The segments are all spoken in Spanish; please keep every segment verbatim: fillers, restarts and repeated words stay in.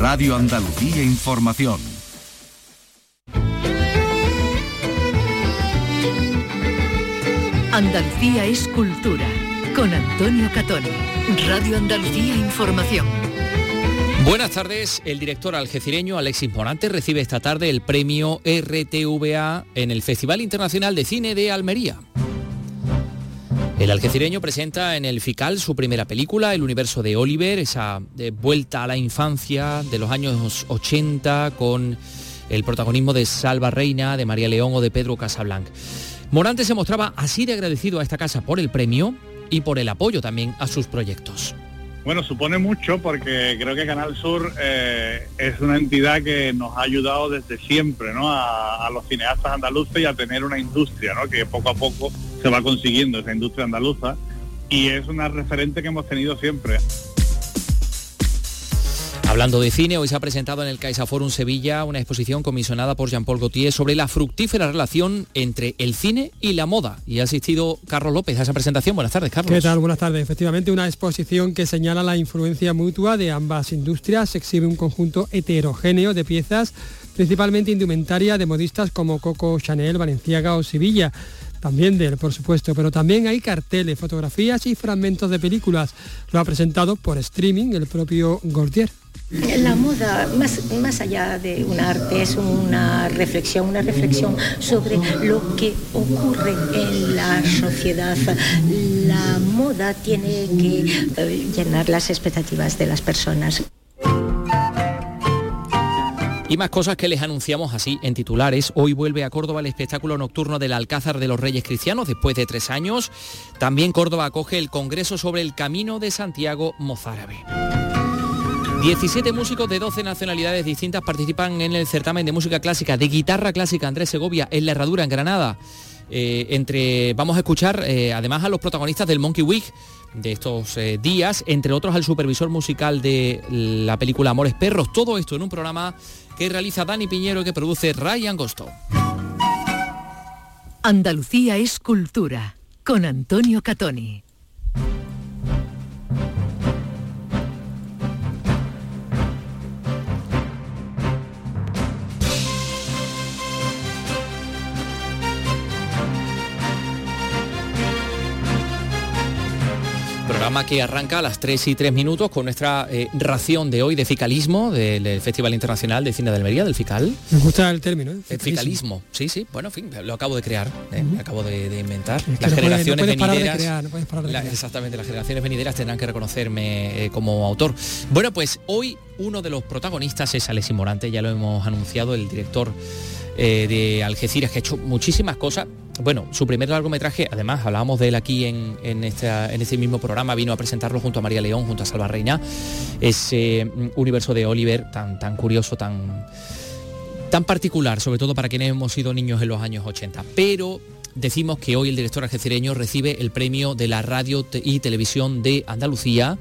Radio Andalucía Información. Andalucía es cultura, con Antonio Catoni. Radio Andalucía Información. Buenas tardes. El director algecireño Alexis Morante recibe esta tarde el premio R T V A en el Festival Internacional de Cine de Almería. El algecireño presenta en el FICAL su primera película, El universo de Oliver, esa de vuelta a la infancia de los años ochenta con el protagonismo de Salva Reina, de María León o de Pedro Casablanc. Morante se mostraba así de agradecido a esta casa por el premio y por el apoyo también a sus proyectos. Bueno, supone mucho porque creo que Canal Sur eh, es una entidad que nos ha ayudado desde siempre, ¿no? A, a los cineastas andaluces y a tener una industria, ¿no? Que poco a poco se va consiguiendo esa industria andaluza y es una referente que hemos tenido siempre. Hablando de cine, hoy se ha presentado en el CaixaForum Sevilla una exposición comisionada por Jean-Paul Gaultier sobre la fructífera relación entre el cine y la moda. Y ha asistido Carlos López a esa presentación. Buenas tardes, Carlos. ¿Qué tal? Buenas tardes. Efectivamente, una exposición que señala la influencia mutua de ambas industrias. Se exhibe un conjunto heterogéneo de piezas, principalmente indumentaria de modistas como Coco Chanel, Balenciaga o Sevilla. También de él, por supuesto, pero también hay carteles, fotografías y fragmentos de películas. Lo ha presentado por streaming el propio Gaultier. La moda, más, más allá de un arte, es una reflexión, una reflexión sobre lo que ocurre en la sociedad. La moda tiene que eh, llenar las expectativas de las personas. Y más cosas que les anunciamos así en titulares. Hoy vuelve a Córdoba el espectáculo nocturno del Alcázar de los Reyes Cristianos después de tres años. También Córdoba acoge el Congreso sobre el Camino de Santiago Mozárabe. diecisiete músicos de doce nacionalidades distintas participan en el certamen de música clásica de guitarra clásica Andrés Segovia en La Herradura, en Granada. Eh, entre vamos a escuchar eh, además a los protagonistas del Monkey Week de estos eh, días, entre otros al supervisor musical de la película Amores Perros. Todo esto en un programa que realiza Dani Piñero y que produce Ray Angosto. Andalucía es cultura, con Antonio Catoni. Programa que arranca a las tres y tres minutos con nuestra eh, ración de hoy de ficalismo del, del Festival Internacional de Cine de Almería, del FICAL. Me gusta el término, ¿eh? El ficalismo, sí, sí, bueno, en fin, lo acabo de crear, eh, Uh-huh. acabo de, de inventar. Es que las no generaciones puedes, no puedes venideras, parar de crear, no puedes parar de la, crear. exactamente, las generaciones venideras tendrán que reconocerme eh, como autor. Bueno, pues hoy uno de los protagonistas es Alexis Morante, ya lo hemos anunciado, el director eh, de Algeciras, que ha hecho muchísimas cosas. Bueno, su primer largometraje, además hablábamos de él aquí en, en, esta, en este mismo programa, vino a presentarlo junto a María León, junto a Salva Reina, ese universo de Oliver tan, tan curioso, tan, tan particular, sobre todo para quienes hemos sido niños en los años ochenta. Pero decimos que hoy el director algecireño recibe el premio de la radio y televisión de Andalucía,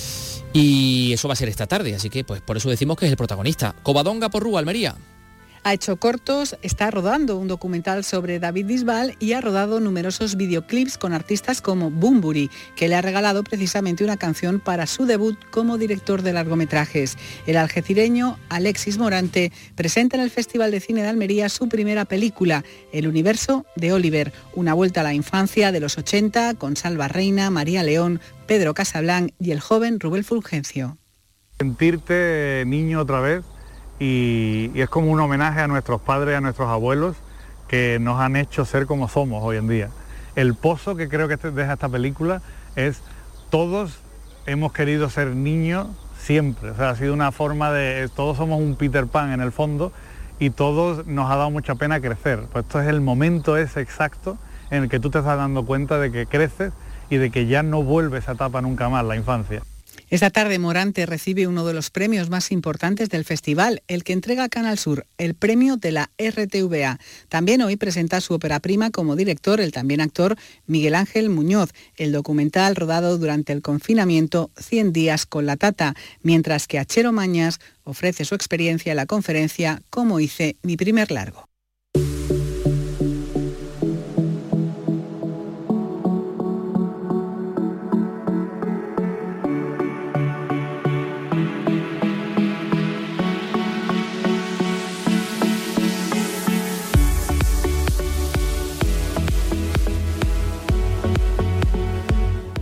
y eso va a ser esta tarde, así que pues por eso decimos que es el protagonista. Covadonga Porrúa, Almería. Ha hecho cortos, está rodando un documental sobre David Bisbal y ha rodado numerosos videoclips con artistas como Bumburi, que le ha regalado precisamente una canción para su debut como director de largometrajes. El algecireño Alexis Morante presenta en el Festival de Cine de Almería su primera película, El universo de Oliver, una vuelta a la infancia de los ochenta con Salva Reina, María León, Pedro Casablanc y el joven Rubén Fulgencio. Sentirte niño otra vez. Y, y es como un homenaje a nuestros padres, a nuestros abuelos, que nos han hecho ser como somos hoy en día. El pozo que creo que deja esta película es, todos hemos querido ser niños siempre, o sea, ha sido una forma de, todos somos un Peter Pan en el fondo y todos nos ha dado mucha pena crecer. Pues esto es el momento ese exacto en el que tú te estás dando cuenta de que creces y de que ya no vuelve esa etapa nunca más, la infancia. Esta tarde Morante recibe uno de los premios más importantes del festival, el que entrega a Canal Sur, el premio de la R T V A. También hoy presenta su ópera prima como director el también actor Miguel Ángel Muñoz, el documental rodado durante el confinamiento cien días con la Tata, mientras que Achero Mañas ofrece su experiencia en la conferencia Cómo hice mi primer largo.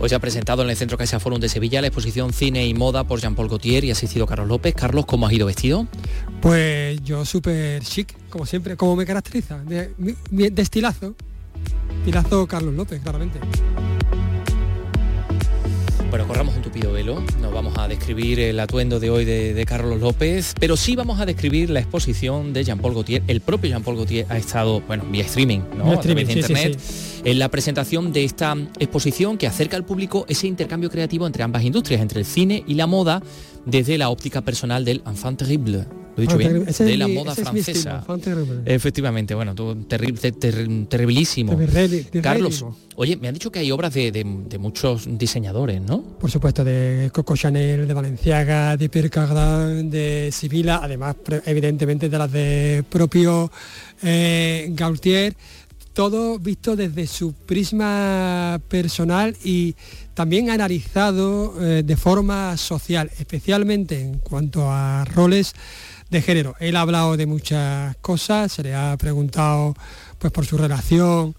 Hoy se ha presentado en el Centro CaixaForum de Sevilla la exposición Cine y Moda por Jean-Paul Gaultier y ha asistido Carlos López. Carlos, ¿cómo has ido vestido? Pues yo súper chic, como siempre, como me caracteriza, de, de estilazo. Estilazo Carlos López, claramente. Bueno, corramos un tupido velo, no vamos a describir el atuendo de hoy de, de Carlos López, pero sí vamos a describir la exposición de Jean-Paul Gaultier. El propio Jean-Paul Gaultier ha estado, bueno, vía streaming, ¿no? Vía a través de sí, internet, sí, sí. en la presentación de esta exposición que acerca al público ese intercambio creativo entre ambas industrias, entre el cine y la moda, desde la óptica personal del enfant terrible. ¿Lo he dicho bien? De la moda francesa. Efectivamente, bueno, tú, terrible, ter, ter, terribilísimo. Carlos, oye, me han dicho que hay obras de, de, de muchos diseñadores, ¿no? Por supuesto, de Coco Chanel, de Balenciaga, de Pierre Cardin, de Sibila, además, evidentemente, de las de propio eh, Gaultier. Todo visto desde su prisma personal y también analizado eh, de forma social, especialmente en cuanto a roles de género. Él ha hablado de muchas cosas, se le ha preguntado pues por su relación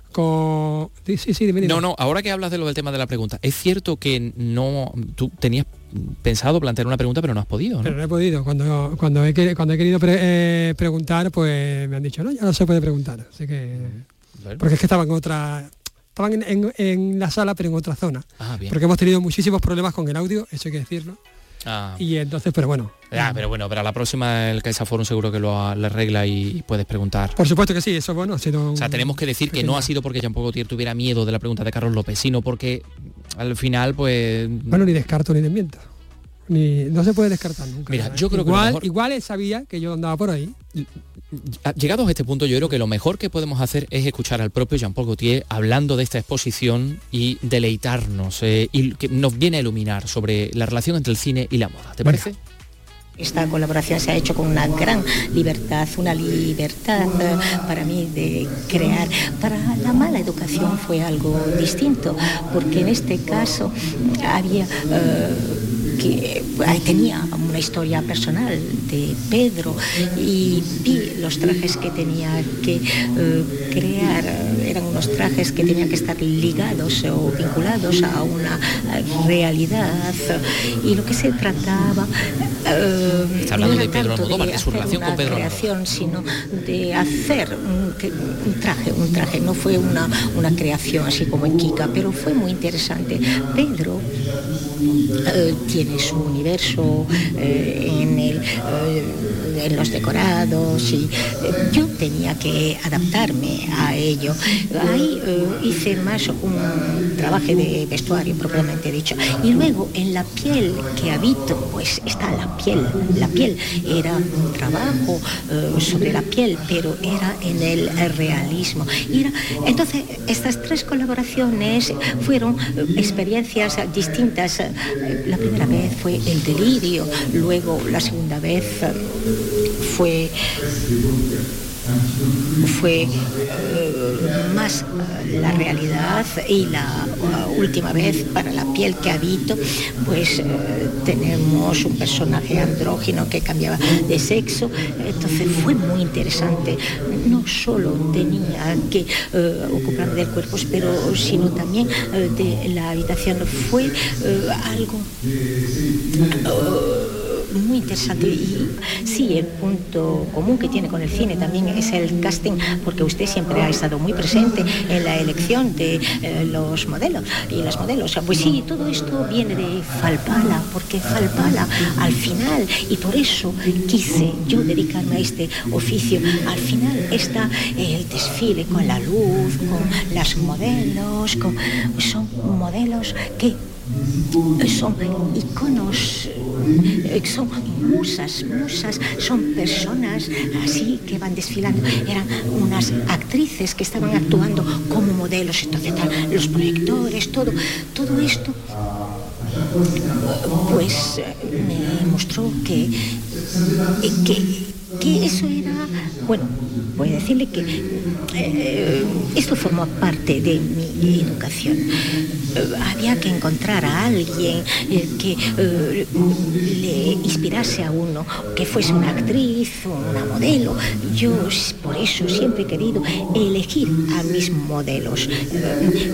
con... Sí, sí, dime, dime. No, no, ahora que hablas de lo del tema de la pregunta, es cierto que no... Tú tenías pensado plantear una pregunta, pero no has podido, ¿no? Pero no he podido. Cuando, cuando, he, cuando he querido pre, eh, preguntar, pues me han dicho, no, ya no se puede preguntar. Así que... Bueno. Porque es que estaban en otra... Estaban en, en, en la sala, pero en otra zona. Ah, bien. Porque hemos tenido muchísimos problemas con el audio, eso hay que decirlo. Ah. Y entonces, pero bueno. Ah, pero bueno, para la próxima el CaixaForum seguro que lo, lo arregla y puedes preguntar. Por supuesto que sí, eso bueno, ha sido... O sea, tenemos que decir que no ha sido porque Jean-Paul Gaultier tuviera miedo de la pregunta de Carlos López, sino porque al final, pues... Bueno, ni descarto ni desmiento. Ni, no se puede descartar nunca. Mira, yo creo igual, que mejor... igual él sabía que yo andaba por ahí. Llegados a este punto, yo creo que lo mejor que podemos hacer es escuchar al propio Jean-Paul Gaultier hablando de esta exposición y deleitarnos, eh, y que nos viene a iluminar sobre la relación entre el cine y la moda. ¿Te parece? Venga. Esta colaboración se ha hecho con una gran libertad, una libertad para mí de crear. Para la mala educación fue algo distinto, porque en este caso había... Uh, que tenía una historia personal de Pedro y vi los trajes que tenía que uh, crear, eran unos trajes que tenían que estar ligados o vinculados a una realidad y lo que se trataba uh, Está hablando no de Pedro Almodóvar, de su relación con Pedro Almodóvar, sino de hacer un, un traje, un traje, no fue una, una creación así como en Kika, pero fue muy interesante. Pedro uh, tiene su universo eh, en, el, eh, en los decorados y eh, yo tenía que adaptarme a ello. Ahí eh, hice más un trabajo de vestuario propiamente dicho y luego en la piel que habito pues está la piel. La piel era un trabajo eh, sobre la piel, pero era en el realismo. Y era, entonces estas tres colaboraciones fueron eh, experiencias distintas. La primera vez fue el delirio, luego la segunda vez fue fue uh, más uh, la realidad y la uh, última vez para la piel que habito pues uh, tenemos un personaje andrógino que cambiaba de sexo, entonces fue muy interesante, no solo tenía que uh, ocuparme del cuerpo pero sino también uh, de la habitación, fue uh, algo uh, muy interesante y sí, el punto común que tiene con el cine también es el casting, porque usted siempre ha estado muy presente en la elección de eh, los modelos y las modelos. Pues sí, todo esto viene de Falpala, porque Falpala al final, y por eso quise yo dedicarme a este oficio, al final está el desfile con la luz, con las modelos, con, son modelos que son iconos, son musas, musas, son personas así que van desfilando, eran unas actrices que estaban actuando como modelos, entonces los proyectores, todo, todo esto pues me mostró que, que que eso era, bueno, voy a decirle que eh, esto formó parte de mi educación. Eh, había que encontrar a alguien eh, que eh, le inspirase a uno, que fuese una actriz o una modelo. Yo por eso siempre he querido elegir a mis modelos. Eh,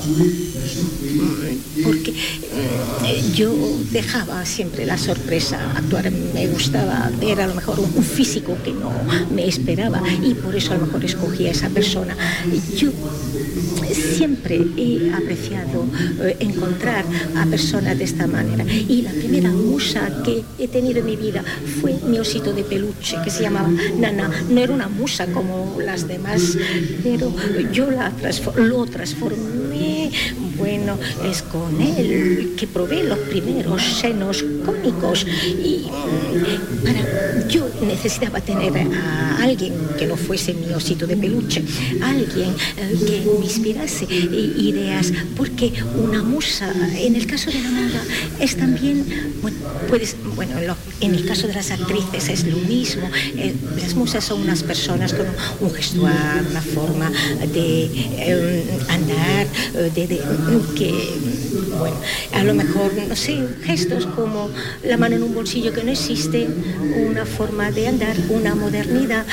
porque eh, yo dejaba siempre la sorpresa actuar, me gustaba ver a lo mejor un, un físico que no me esperaba y por eso a lo mejor escogí a esa persona. Yo siempre he apreciado eh, encontrar a personas de esta manera y la primera musa que he tenido en mi vida fue mi osito de peluche que se llamaba Nana. No era una musa como las demás, pero yo la transform- lo transformé. Bueno, es con él que probé los primeros senos cónicos y para, yo necesitaba tener a alguien que no fuese mi osito de peluche, alguien eh, que me inspirase ideas, porque una musa, en el caso de la moda, es también, bueno, puedes, bueno, lo, en el caso de las actrices es lo mismo, eh, las musas son unas personas con un gestual, una forma de eh, andar, de, de que, bueno, a lo mejor, no sé, gestos como la mano en un bolsillo que no existe, una forma de andar, una modernidad.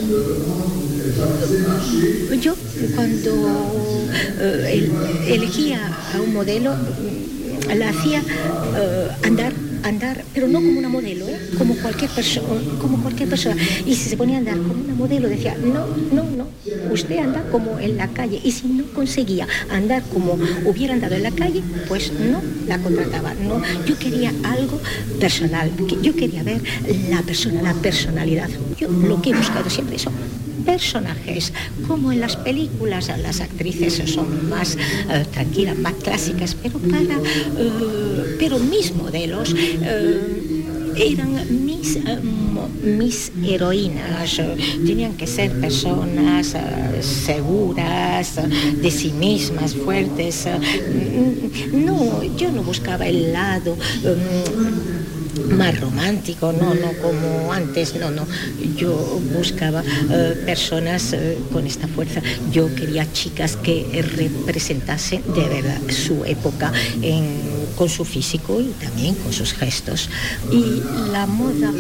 Yo, cuando eh, elegía a un modelo, la hacía eh, andar andar, pero no como una modelo, ¿eh? como cualquier persona, como cualquier persona. Y si se ponía a andar como una modelo, decía, no, no, no, usted anda como en la calle. Y si no conseguía andar como hubiera andado en la calle, pues no la contrataba. No, yo quería algo personal, yo quería ver la persona, la personalidad. Yo lo que he buscado siempre son personajes, como en las películas las actrices son más uh, tranquilas, más clásicas, pero para uh, pero mis modelos uh, eran mis uh, mo, mis heroínas, uh, tenían que ser personas uh, seguras uh, de sí mismas, fuertes. Uh, no, yo no buscaba el lado um, más romántico, no, no como antes, no, no. Yo buscaba uh, personas uh, con esta fuerza. Yo quería chicas que representasen de verdad su época en, con su físico y también con sus gestos. Y la moda,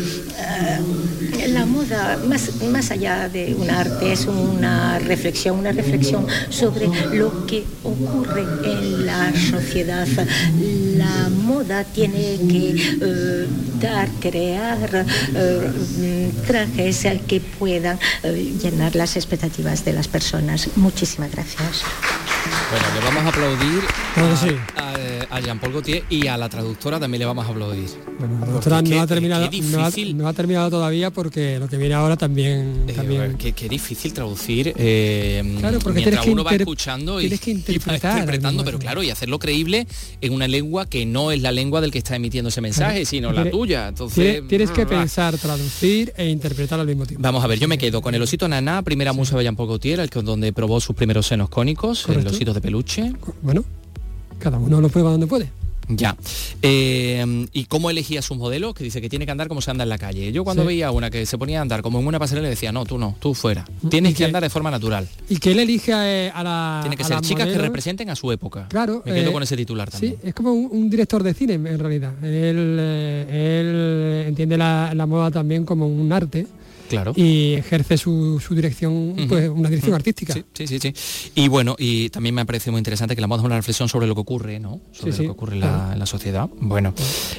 uh, la moda más, más allá de un arte, es una reflexión, una reflexión sobre lo que ocurre en la sociedad. La moda tiene que uh, dar, crear uh, trajes que puedan uh, llenar las expectativas de las personas. Muchísimas gracias. Bueno, le vamos a aplaudir claro, sí. a, a Jean-Paul Gaultier y a la traductora también le vamos a aplaudir. Bueno, la traductora no ha, terminado, no, ha, difícil, no ha terminado todavía porque lo que viene ahora también... Eh, también... Qué, qué difícil traducir eh, claro, porque mientras que uno inter... va escuchando y, que interpretar, y va interpretando, pero claro, y hacerlo creíble en una lengua que no es la lengua del que está emitiendo ese mensaje, claro, sino la tuya. Entonces tienes, tienes que pensar, traducir e interpretar al mismo tiempo. Vamos a ver, yo me quedo con el osito Nana, primera sí. musa de Jean-Paul Gaultier, el que donde probó sus primeros senos cónicos, el osito de peluche. Bueno, cada uno lo prueba donde puede. Ya. Eh, ¿Y cómo elegía sus modelos? Que dice que tiene que andar como se anda en la calle. Yo cuando sí. veía una que se ponía a andar como en una pasarela, le decía, no, tú no, tú fuera. Tienes que, que andar de forma natural. Y que él elige a, a la... Tiene que a ser chicas modelos. que representen a su época. Claro. Me quedo eh, con ese titular también. Sí, es como un, un director de cine, en realidad. Él, eh, él entiende la, la moda también como un arte. Claro. Y ejerce su, su dirección, uh-huh. pues una dirección uh-huh. artística. Sí, sí, sí, sí. Y bueno, y también me parece muy interesante que la moda es una reflexión sobre lo que ocurre, ¿no? Sobre sí, lo que ocurre en la, en la sociedad. Bueno,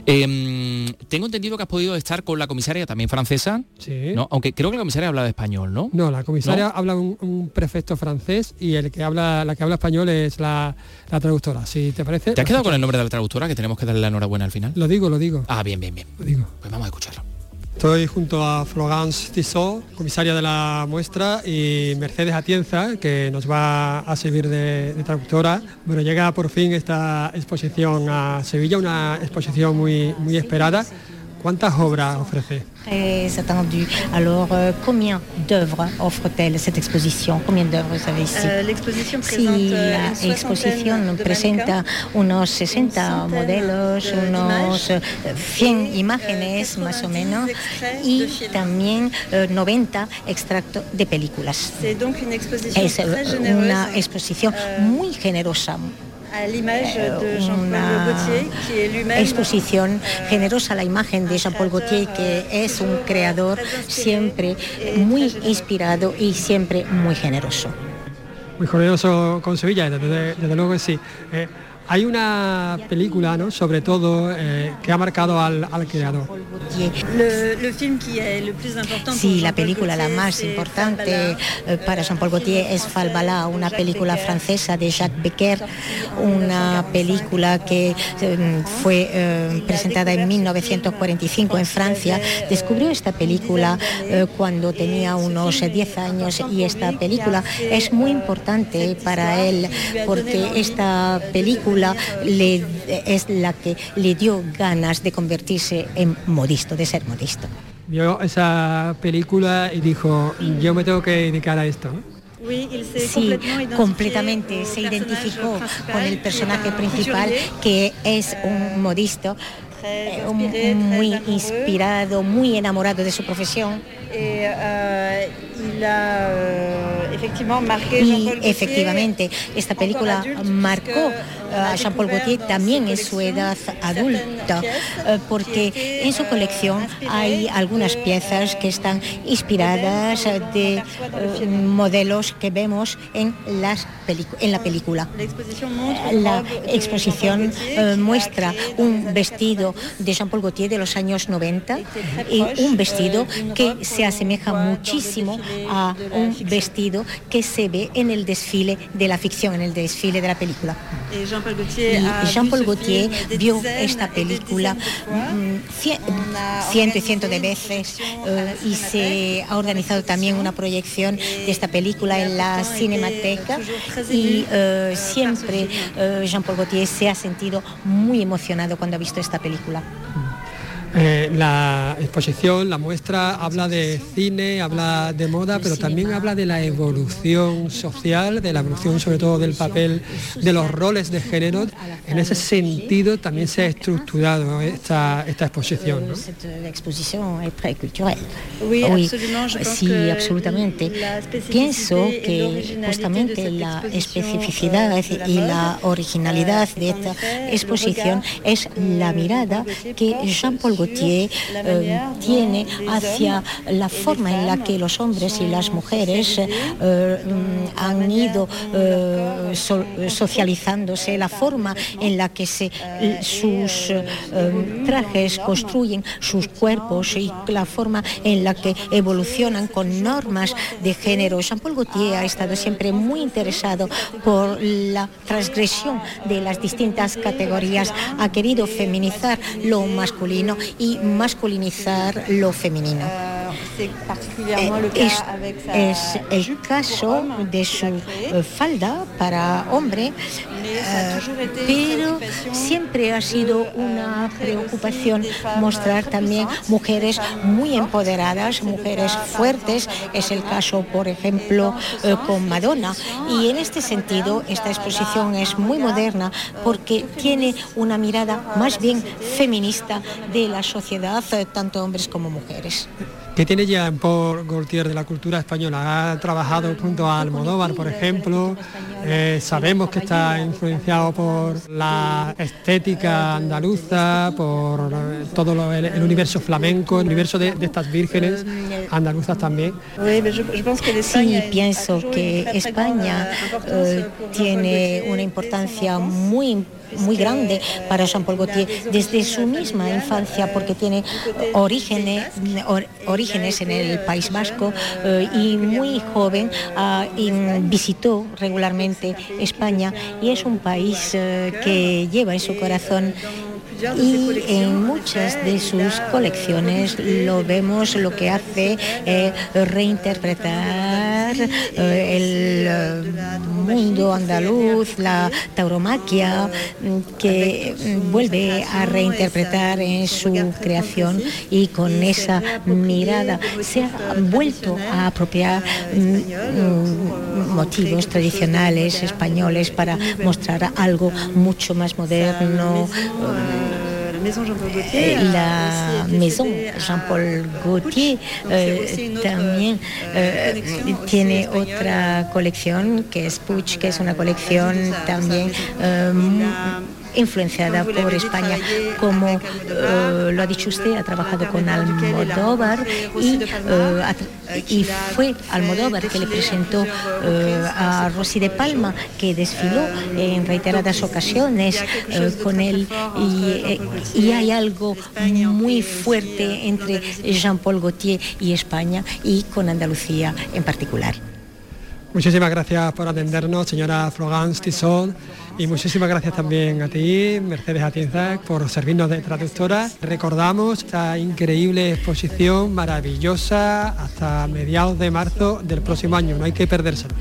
eh, tengo entendido que has podido estar con la comisaria también francesa, sí. ¿no? Aunque creo que la comisaria habla de español, ¿no? No, la comisaria ¿No? habla un, un prefecto francés y el que habla, la que habla español es la, la traductora. Si te parece. ¿Te has quedado con el nombre de la traductora, que tenemos que darle la enhorabuena al final? Lo digo, lo digo. Ah, bien, bien, bien. Lo digo. Pues vamos a escucharlo. Estoy junto a Florence Tissot, comisaria de la muestra, y Mercedes Atienza, que nos va a servir de, de traductora. Bueno, llega por fin esta exposición a Sevilla, una exposición muy, muy esperada. ¿Cuántas obras ofrece? Très attendu. Alors, euh, combien d'œuvres offre-t-elle cette exposition? Combien d'œuvres vous avez ici? Euh, L'exposition Sí, présente la exposición presenta unos sesenta modelos, unos cien imágenes más o menos y también eh, noventa extractos de películas. C'est donc une exposition Es très généreuse. una exposición muy generosa. À l'image de Jean-Paul Una Gaultier, qui est lui-même exposición generosa, la imagen de Jean-Paul Gaultier, que es un creador siempre muy inspirado y siempre muy generoso. Muy generoso con Sevilla, desde, desde luego que sí. Eh, hay una película, ¿no?, sobre todo, eh, que ha marcado al, al creador. Le, le film qui est le plus important Sí, pour la Jean-Paul película la Gaultier, más c'est importante Falbala. eh, para Jean-Paul Gaultier es Falbala, una película francesa de Jacques Becker, una película que eh, fue eh, presentada en mil novecientos cuarenta y cinco en Francia. Descubrió esta película eh, cuando tenía unos diez años y esta película es muy importante para él porque esta película le, es la que le dio ganas de convertirse en modisto, de ser modisto. Vio esa película y dijo, yo me tengo que dedicar a esto, ¿no? Sí, completamente se identificó con el personaje principal, que es un modisto, eh, muy inspirado, muy enamorado de su profesión. Et, euh, il a, euh, effectivement marqué Y Jean-Paul Gaultier. efectivamente esta película marcó a Jean-Paul Gaultier también en su edad adulta, eh, porque en su colección hay algunas piezas que están inspiradas de eh, modelos que vemos en, las pelicu- en la película. La exposición eh, muestra un vestido de Jean-Paul Gaultier de los años noventa y un vestido que se asemeja muchísimo a un vestido que se ve en el desfile de la ficción, en el desfile de la película. Et Jean-Paul Y Gaultier, a Jean-Paul vu ce Gaultier film des vio dizaines esta et des película dizaines de fois. mm, cien- ciento y ciento de veces eh, y se ha organizado también una proyección de esta película en la Cinemateca y eh, siempre eh, Jean-Paul Gaultier se ha sentido muy emocionado cuando ha visto esta película. Eh, la exposición, la muestra, habla de cine, habla de moda, pero también habla de la evolución social, de la evolución sobre todo del papel, de los roles de género. En ese sentido también se ha estructurado esta, esta exposición, ¿no? Esta exposición es très culturelle. Oui, absolument. Je pense sí, que absolutamente. la especificité Pienso et que l'originalité justamente de cette la exposition, especificidad euh, de la y mode, la originalidad euh, de c'est en esta effet le exposición regard es la mirada que Jean-Paul Gaultier eh, tiene hacia la forma en la que los hombres y las mujeres eh, han ido eh, so- socializándose, la forma en la que se, sus eh, trajes construyen sus cuerpos y la forma en la que evolucionan con normas de género. Jean-Paul Gaultier ha estado siempre muy interesado por la transgresión de las distintas categorías, ha querido feminizar lo masculino y masculinizar lo femenino. C'est particulièrement le cas Es, avec sa es el jupe caso homme de su eh, falda para hombre, eh, pero siempre ha sido una preocupación mostrar también mujeres muy empoderadas, mujeres fuertes. Es el caso, por ejemplo, eh, con Madonna. Y en este sentido, esta exposición es muy moderna porque tiene una mirada más bien feminista de la sociedad, eh, tanto hombres como mujeres. ¿Qué tiene Jean-Paul Gaultier de la cultura española? Ha trabajado junto a Almodóvar, por ejemplo. Eh, sabemos que está influenciado por la estética andaluza, por eh, todo lo- el, el universo flamenco, el universo de, de estas vírgenes andaluzas también. Oui, mais je, je pense que l'Espagne Sí, a une- a pienso toujours que une très, très España grande importance eh, pour tiene Jean-Paul Gaultier una dès importancia son enfance. muy muy grande para Jean-Paul Gaultier desde su misma infancia, porque tiene orígenes, or- orígenes en el País Vasco eh, y muy joven ah, y visitó regularmente España y es un país eh, que lleva en su corazón. Y en muchas de sus colecciones lo vemos, lo que hace es reinterpretar recuperar eh, el eh, mundo andaluz, la tauromaquia, que vuelve a reinterpretar en su creación, y con esa mirada se ha vuelto a apropiar mm, motivos tradicionales españoles para mostrar algo mucho más moderno. La Maison Jean-Paul Gaultier eh, también eh, tiene otra colección que es Puig, que es una colección también eh, influenciada por España, como eh, lo ha dicho usted, ha trabajado con Almodóvar y, eh, y fue Almodóvar que le presentó eh, a Rosy de Palma, que desfiló en reiteradas ocasiones eh, con él, y, eh, y hay algo muy fuerte entre Jean-Paul Gaultier y España, y con Andalucía en particular. Muchísimas gracias por atendernos, señora Florence Tissot, y muchísimas gracias también a ti, Mercedes Atienza, por servirnos de traductora. Recordamos esta increíble exposición maravillosa hasta mediados de marzo del próximo año, no hay que perdérselo.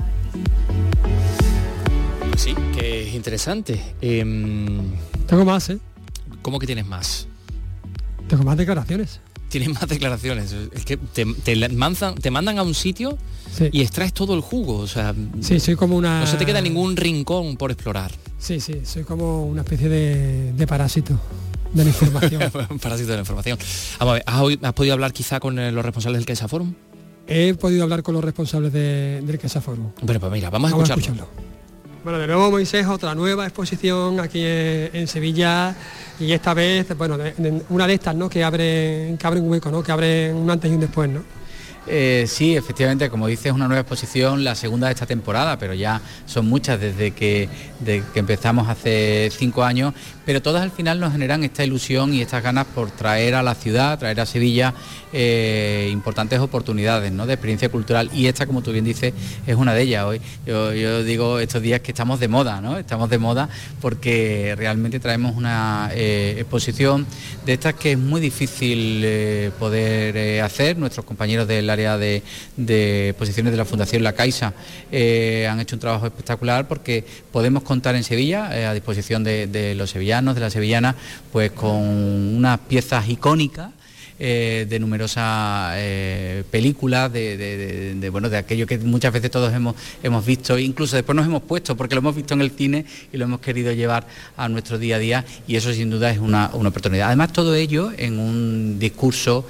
Sí, que es interesante. Eh, Tengo más, ¿eh? ¿Cómo que tienes más? Tengo más declaraciones. Tienes más declaraciones. Es que te, te, mandan, te mandan a un sitio, sí, y extraes todo el jugo. O sea, sí, soy como una... no se te queda ningún rincón por explorar. Sí, sí, soy como una especie de, de parásito de la información. Parásito de la información. Vamos a ver, ¿has, ¿has podido hablar quizá con los responsables del CaixaForum? He podido hablar con los responsables de, del CaixaForum. Bueno, pues mira, vamos a vamos escucharlo. A escucharlo. Bueno, de nuevo, Moisés, otra nueva exposición aquí en, en Sevilla, y esta vez, bueno, de, de, una de estas, ¿no?, que abren, que abren un hueco, ¿no?, que abren un antes y un después, ¿no? Eh, sí, efectivamente, como dices, es una nueva exposición, la segunda de esta temporada, pero ya son muchas desde que, de que empezamos hace cinco años, pero todas al final nos generan esta ilusión y estas ganas por traer a la ciudad, traer a Sevilla eh, importantes oportunidades, ¿no?, de experiencia cultural, y esta, como tú bien dices, es una de ellas. Hoy yo, yo digo estos días que estamos de moda, ¿no? Estamos de moda porque realmente traemos una eh, exposición de estas que es muy difícil eh, poder eh, hacer. Nuestros compañeros de la área de, de exposiciones de la Fundación La Caixa eh, han hecho un trabajo espectacular, porque podemos contar en Sevilla, eh, a disposición de, de los sevillanos, de las sevillanas, pues con unas piezas icónicas Eh, de numerosas eh, películas, de, de, de, de, bueno, de aquello que muchas veces todos hemos, hemos visto, incluso después nos hemos puesto porque lo hemos visto en el cine y lo hemos querido llevar a nuestro día a día, y eso sin duda es una, una oportunidad. Además, todo ello en un discurso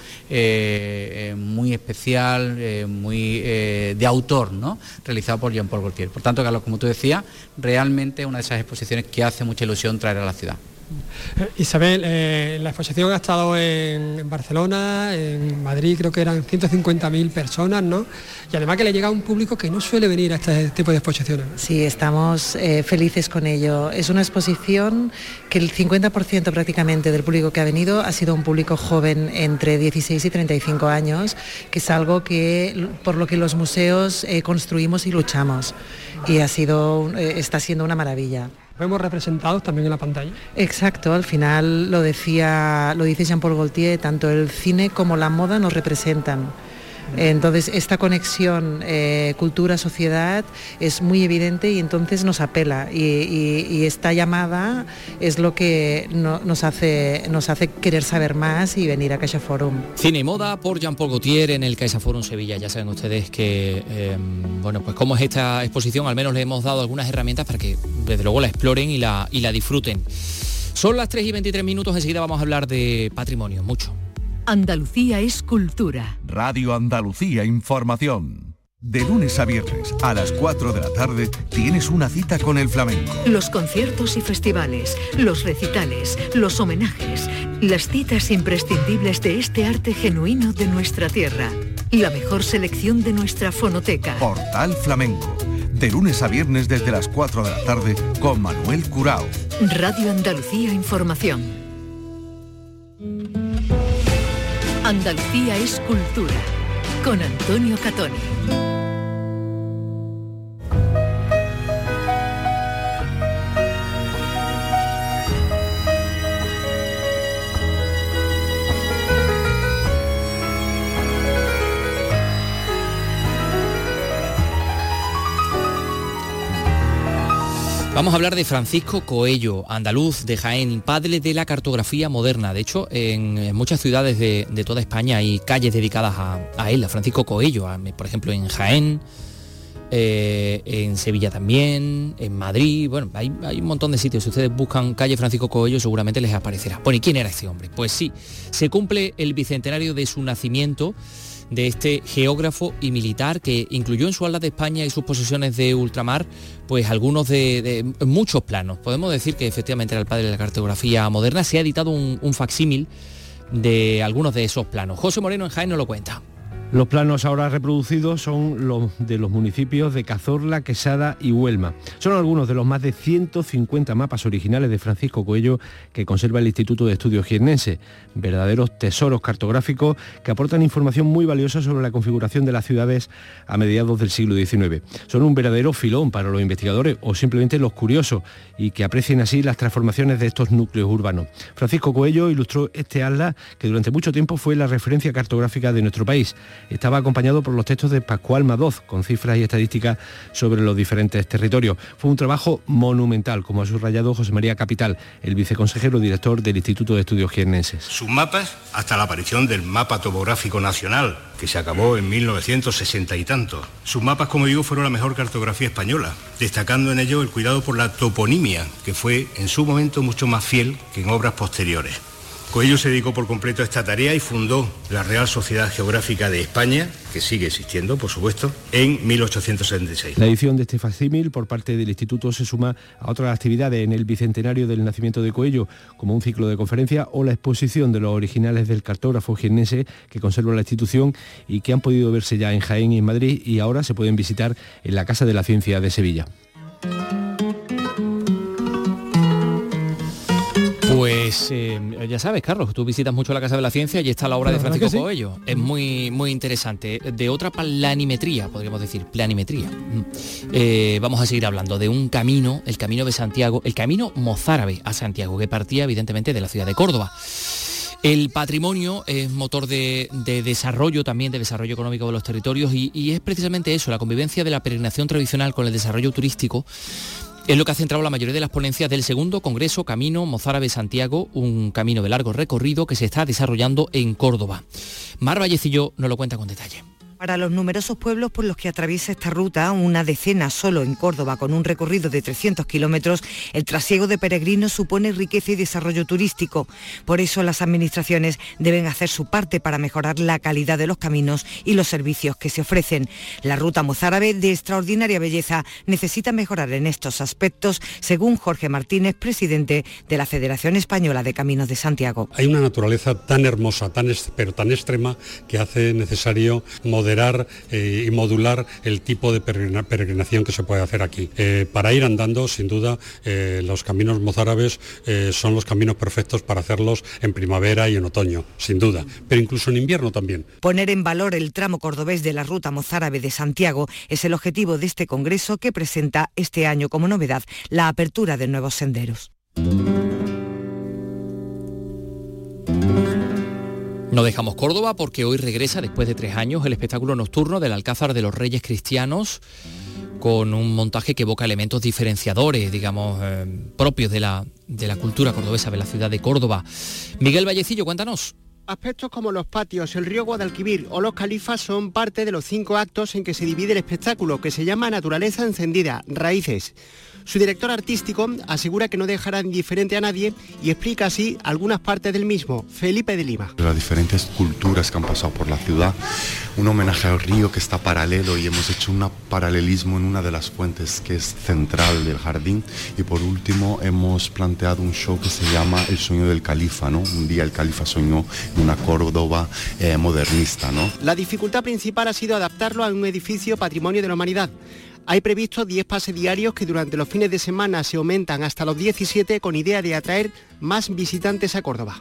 eh, muy especial, eh, muy eh, de autor, ¿no?, realizado por Jean-Paul Gaultier. Por tanto, Carlos, como tú decías, realmente una de esas exposiciones que hace mucha ilusión traer a la ciudad. Isabel, eh, la exposición ha estado en, en Barcelona, en Madrid, creo que eran ciento cincuenta mil personas, ¿no? Y además que le llega a un público que no suele venir a este tipo de exposiciones. Sí, estamos eh, felices con ello. Es una exposición que el cincuenta por ciento prácticamente del público que ha venido ha sido un público joven entre dieciséis y treinta y cinco años, que es algo que por lo que los museos eh, construimos y luchamos, y ha sido, eh, está siendo una maravilla. ¿Vemos representados también en la pantalla? Exacto, al final lo decía, lo dice Jean-Paul Gaultier, tanto el cine como la moda nos representan. Entonces esta conexión eh, cultura-sociedad es muy evidente, y entonces nos apela, y, y, y esta llamada es lo que no, nos, hace, nos hace querer saber más y venir a CaixaForum. Cine y moda por Jean-Paul Gaultier en el CaixaForum Sevilla. Ya saben ustedes que, eh, bueno, pues como es esta exposición, al menos le hemos dado algunas herramientas para que desde luego la exploren y la, y la disfruten. Son las tres y veintitrés minutos, enseguida vamos a hablar de patrimonio, mucho. Andalucía es cultura. Radio Andalucía Información. De lunes a viernes a las cuatro de la tarde tienes una cita con el flamenco. Los conciertos y festivales, los recitales, los homenajes, las citas imprescindibles de este arte genuino de nuestra tierra. La mejor selección de nuestra fonoteca. Portal Flamenco. De lunes a viernes desde las cuatro de la tarde con Manuel Curao. Radio Andalucía Información. Andalucía es cultura, con Antonio Catoni. Vamos a hablar de Francisco Coello, andaluz de Jaén, padre de la cartografía moderna. De hecho, en muchas ciudades de, de toda España hay calles dedicadas a, a él, a Francisco Coello. A, por ejemplo, en Jaén, eh, en Sevilla también, en Madrid. Bueno, hay, hay un montón de sitios. Si ustedes buscan calle Francisco Coello, seguramente les aparecerá. Bueno, ¿y quién era este hombre? Pues sí, se cumple el bicentenario de su nacimiento, de este geógrafo y militar que incluyó en su Atlas de España y sus posesiones de ultramar pues algunos de, de muchos planos. Podemos decir que efectivamente era el padre de la cartografía moderna. Se ha editado un, un facsímil de algunos de esos planos. José Moreno en Jaén nos lo cuenta. Los planos ahora reproducidos son los de los municipios de Cazorla, Quesada y Huelma. Son algunos de los más de ciento cincuenta mapas originales de Francisco Coello que conserva el Instituto de Estudios Jiennense. Verdaderos tesoros cartográficos que aportan información muy valiosa sobre la configuración de las ciudades a mediados del siglo diecinueve. Son un verdadero filón para los investigadores o simplemente los curiosos y que aprecien así las transformaciones de estos núcleos urbanos. Francisco Coello ilustró este atlas que durante mucho tiempo fue la referencia cartográfica de nuestro país. Estaba acompañado por los textos de Pascual Madoz, con cifras y estadísticas sobre los diferentes territorios. Fue un trabajo monumental, como ha subrayado José María Capital, el viceconsejero director del Instituto de Estudios Jiennenses. Sus mapas, hasta la aparición del Mapa Topográfico Nacional, que se acabó en mil novecientos sesenta y tanto. Sus mapas, como digo, fueron la mejor cartografía española, destacando en ello el cuidado por la toponimia, que fue en su momento mucho más fiel que en obras posteriores. Coello se dedicó por completo a esta tarea y fundó la Real Sociedad Geográfica de España, que sigue existiendo, por supuesto, en mil ochocientos setenta y seis. La edición de este facsímil por parte del Instituto se suma a otras actividades en el bicentenario del nacimiento de Coello, como un ciclo de conferencias o la exposición de los originales del cartógrafo jiennense que conserva la institución y que han podido verse ya en Jaén y en Madrid y ahora se pueden visitar en la Casa de la Ciencia de Sevilla. Pues eh, ya sabes, Carlos, tú visitas mucho la Casa de la Ciencia y está la obra de Francisco sí. Coello. Es muy, muy interesante. De otra planimetría, podríamos decir, planimetría. Eh, vamos a seguir hablando de un camino, el Camino de Santiago, el Camino Mozárabe a Santiago, que partía evidentemente de la ciudad de Córdoba. El patrimonio es motor de, de desarrollo, también de desarrollo económico de los territorios y, y es precisamente eso, la convivencia de la peregrinación tradicional con el desarrollo turístico. Es lo que ha centrado la mayoría de las ponencias del segundo Congreso Camino Mozárabe Santiago, un camino de largo recorrido que se está desarrollando en Córdoba. Mar Vallecillo nos lo cuenta con detalle. Para los numerosos pueblos por los que atraviesa esta ruta, una decena solo en Córdoba con un recorrido de trescientos kilómetros, el trasiego de peregrinos supone riqueza y desarrollo turístico. Por eso las administraciones deben hacer su parte para mejorar la calidad de los caminos y los servicios que se ofrecen. La ruta mozárabe, de extraordinaria belleza, necesita mejorar en estos aspectos, según Jorge Martínez, presidente de la Federación Española de Caminos de Santiago. Hay una naturaleza tan hermosa, tan pero tan extrema, que hace necesario moderar eh, y modular el tipo de peregrina, peregrinación que se puede hacer aquí. Eh, para ir andando, sin duda, eh, los caminos mozárabes eh, son los caminos perfectos para hacerlos en primavera y en otoño, sin duda, pero incluso en invierno también. Poner en valor el tramo cordobés de la ruta mozárabe de Santiago es el objetivo de este congreso que presenta este año como novedad la apertura de nuevos senderos. No dejamos Córdoba porque hoy regresa, después de tres años, el espectáculo nocturno del Alcázar de los Reyes Cristianos, con un montaje que evoca elementos diferenciadores, digamos, eh, propios de la, de la cultura cordobesa, de la ciudad de Córdoba. Miguel Vallecillo, cuéntanos. Aspectos como los patios, el río Guadalquivir o los califas son parte de los cinco actos en que se divide el espectáculo, que se llama Naturaleza Encendida, Raíces. Su director artístico asegura que no dejará indiferente a nadie y explica así algunas partes del mismo. Felipe de Lima. Las diferentes culturas que han pasado por la ciudad, un homenaje al río que está paralelo y hemos hecho un paralelismo en una de las fuentes que es central del jardín, y por último hemos planteado un show que se llama El sueño del califa, ¿no? Un día el califa soñó en una Córdoba eh, modernista, ¿no? La dificultad principal ha sido adaptarlo a un edificio patrimonio de la humanidad. Hay previsto diez pases diarios que durante los fines de semana se aumentan hasta los diecisiete con idea de atraer más visitantes a Córdoba.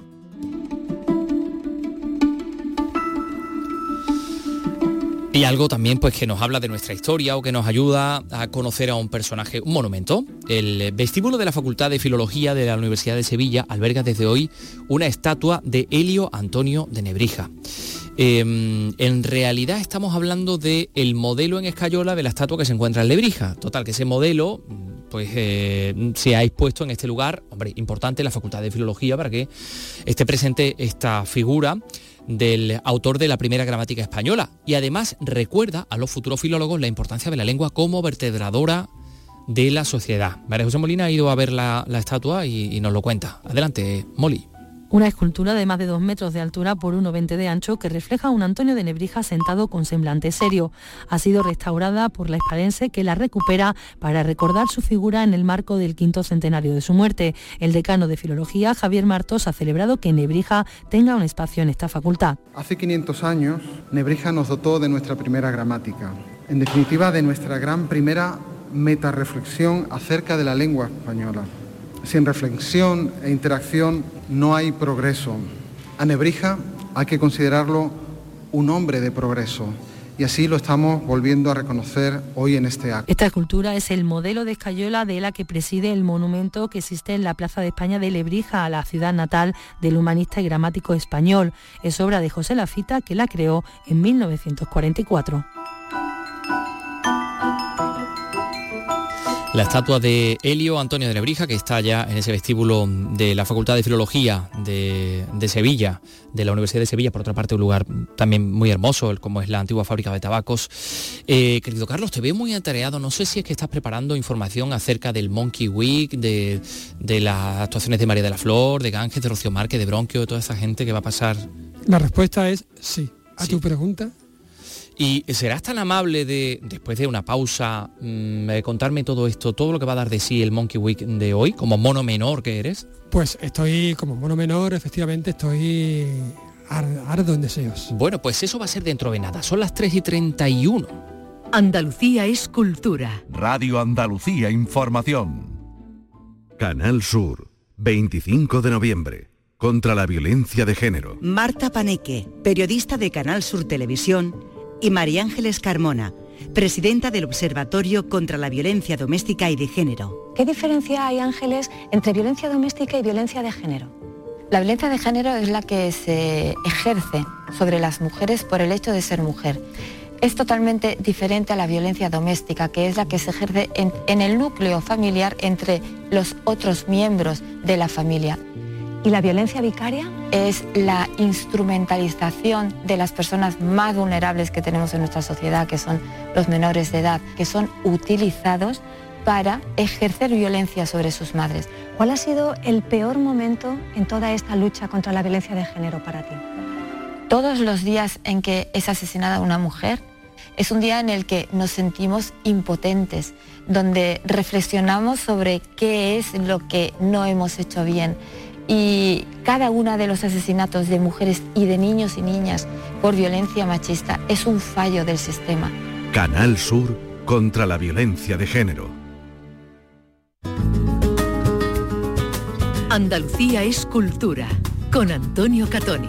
Y algo también pues que nos habla de nuestra historia o que nos ayuda a conocer a un personaje, un monumento. El vestíbulo de la Facultad de Filología de la Universidad de Sevilla alberga desde hoy una estatua de Elio Antonio de Nebrija. Eh, en realidad estamos hablando del modelo en escayola de la estatua que se encuentra en Lebrija. Total, que ese modelo pues eh, se ha expuesto en este lugar, hombre, importante, la Facultad de Filología, para que esté presente esta figura del autor de la primera gramática española, y además recuerda a los futuros filólogos la importancia de la lengua como vertebradora de la sociedad. María José Molina ha ido a ver la, la estatua y, y nos lo cuenta. Adelante, Moli. Una escultura de más de dos metros de altura por uno veinte de ancho que refleja a un Antonio de Nebrija sentado con semblante serio. Ha sido restaurada por la hispalense, que la recupera para recordar su figura en el marco del quinto centenario de su muerte. El decano de Filología, Javier Martos, ha celebrado que Nebrija tenga un espacio en esta facultad. Hace quinientos años, Nebrija nos dotó de nuestra primera gramática. En definitiva, de nuestra gran primera metarreflexión acerca de la lengua española. Sin reflexión e interacción no hay progreso. A Nebrija hay que considerarlo un hombre de progreso, y así lo estamos volviendo a reconocer hoy en este acto. Esta escultura es el modelo de escayola de la que preside el monumento que existe en la Plaza de España de Lebrija, a la ciudad natal del humanista y gramático español. Es obra de José Lafita, que la creó en mil novecientos cuarenta y cuatro. La estatua de Helio Antonio de Nebrija, que está ya en ese vestíbulo de la Facultad de Filología de, de Sevilla, de la Universidad de Sevilla, por otra parte un lugar también muy hermoso, como es la antigua fábrica de tabacos. Eh, querido Carlos, te veo muy atareado, no sé si es que estás preparando información acerca del Monkey Week, de, de las actuaciones de María de la Flor, de Ganges, de Rocío Márquez, de Bronquio, de toda esa gente que va a pasar. La respuesta es sí. ¿A sí. tu pregunta? ¿Y serás tan amable de, después de una pausa, mmm, de contarme todo esto, todo lo que va a dar de sí el Monkey Week de hoy, como mono menor que eres? Pues estoy como mono menor, efectivamente estoy ar, ardo en deseos. Bueno, pues eso va a ser dentro de nada, son las tres y treinta y uno. Andalucía es cultura. Radio Andalucía Información. Canal Sur, veinticinco de noviembre, contra la violencia de género. Marta Paneque, periodista de Canal Sur Televisión, y María Ángeles Carmona, presidenta del Observatorio contra la Violencia Doméstica y de Género. ¿Qué diferencia hay, Ángeles, entre violencia doméstica y violencia de género? La violencia de género es la que se ejerce sobre las mujeres por el hecho de ser mujer. Es totalmente diferente a la violencia doméstica, que es la que se ejerce en, en el núcleo familiar entre los otros miembros de la familia. ¿Y la violencia vicaria? Es la instrumentalización de las personas más vulnerables que tenemos en nuestra sociedad, que son los menores de edad, que son utilizados para ejercer violencia sobre sus madres. ¿Cuál ha sido el peor momento en toda esta lucha contra la violencia de género para ti? Todos los días en que es asesinada una mujer es un día en el que nos sentimos impotentes, donde reflexionamos sobre qué es lo que no hemos hecho bien. Y cada uno de los asesinatos de mujeres y de niños y niñas por violencia machista es un fallo del sistema. Canal Sur contra la violencia de género. Andalucía es cultura, con Antonio Catoni.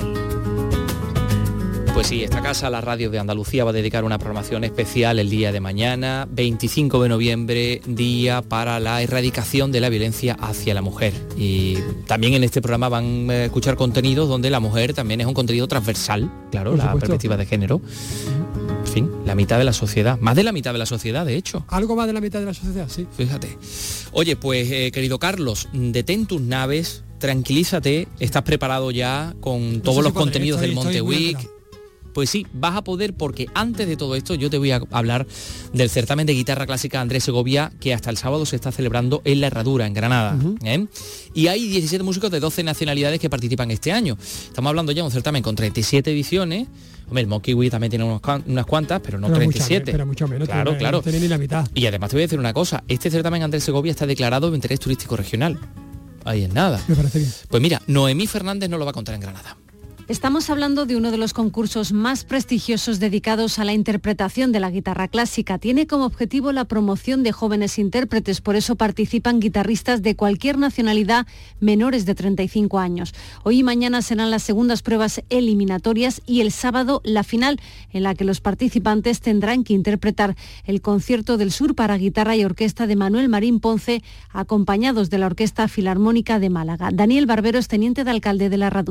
Pues sí, esta casa, la radio de Andalucía, va a dedicar una programación especial el día de mañana, veinticinco de noviembre, día para la erradicación de la violencia hacia la mujer. Y también en este programa van a escuchar contenidos donde la mujer también es un contenido transversal, claro, Por la supuesto. perspectiva de género. En fin, la mitad de la sociedad, más de la mitad de la sociedad, de hecho. Algo más de la mitad de la sociedad, sí. Fíjate. Oye, pues eh, querido Carlos, detén tus naves, tranquilízate, estás preparado ya con todos no sé los si contenidos estoy, del Monte Week. Pues sí, vas a poder, porque antes de todo esto yo te voy a hablar del certamen de guitarra clásica Andrés Segovia, que hasta el sábado se está celebrando en La Herradura, en Granada. Uh-huh. ¿eh? Y hay diecisiete músicos de doce nacionalidades que participan este año. Estamos hablando ya de un certamen con treinta y siete ediciones. Hombre, el Monkey Week también tiene unos, unas cuantas, pero no pero treinta y siete. Mucha, pero mucho menos, claro, tiene, claro. No tiene ni la mitad. Y además te voy a decir una cosa, este certamen Andrés Segovia está declarado de interés turístico regional. Ahí es nada. Me parece bien. Pues mira, Noemí Fernández nos lo va a contar en Granada. Estamos hablando de uno de los concursos más prestigiosos dedicados a la interpretación de la guitarra clásica. Tiene como objetivo la promoción de jóvenes intérpretes, por eso participan guitarristas de cualquier nacionalidad menores de treinta y cinco años. Hoy y mañana serán las segundas pruebas eliminatorias y el sábado la final, en la que los participantes tendrán que interpretar el Concierto del Sur para guitarra y orquesta de Manuel Marín Ponce, acompañados de la Orquesta Filarmónica de Málaga. Daniel Barbero es teniente de alcalde de La Herradura.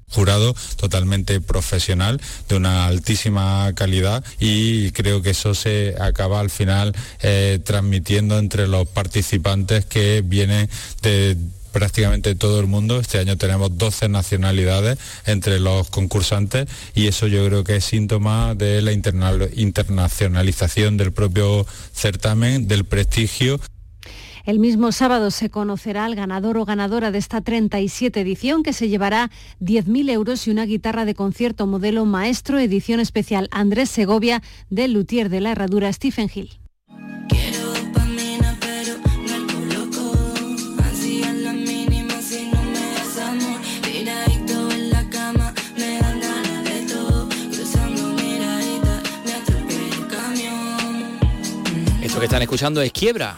Jurado totalmente profesional, de una altísima calidad, y creo que eso se acaba al final eh, transmitiendo entre los participantes que vienen de prácticamente todo el mundo. Este año tenemos doce nacionalidades entre los concursantes y eso yo creo que es síntoma de la interna- internacionalización del propio certamen, del prestigio. El mismo sábado se conocerá al ganador o ganadora de esta treinta y siete edición, que se llevará diez mil euros y una guitarra de concierto modelo Maestro, edición especial Andrés Segovia, del luthier de la herradura Stephen Hill. Esto que están escuchando es Quiebra.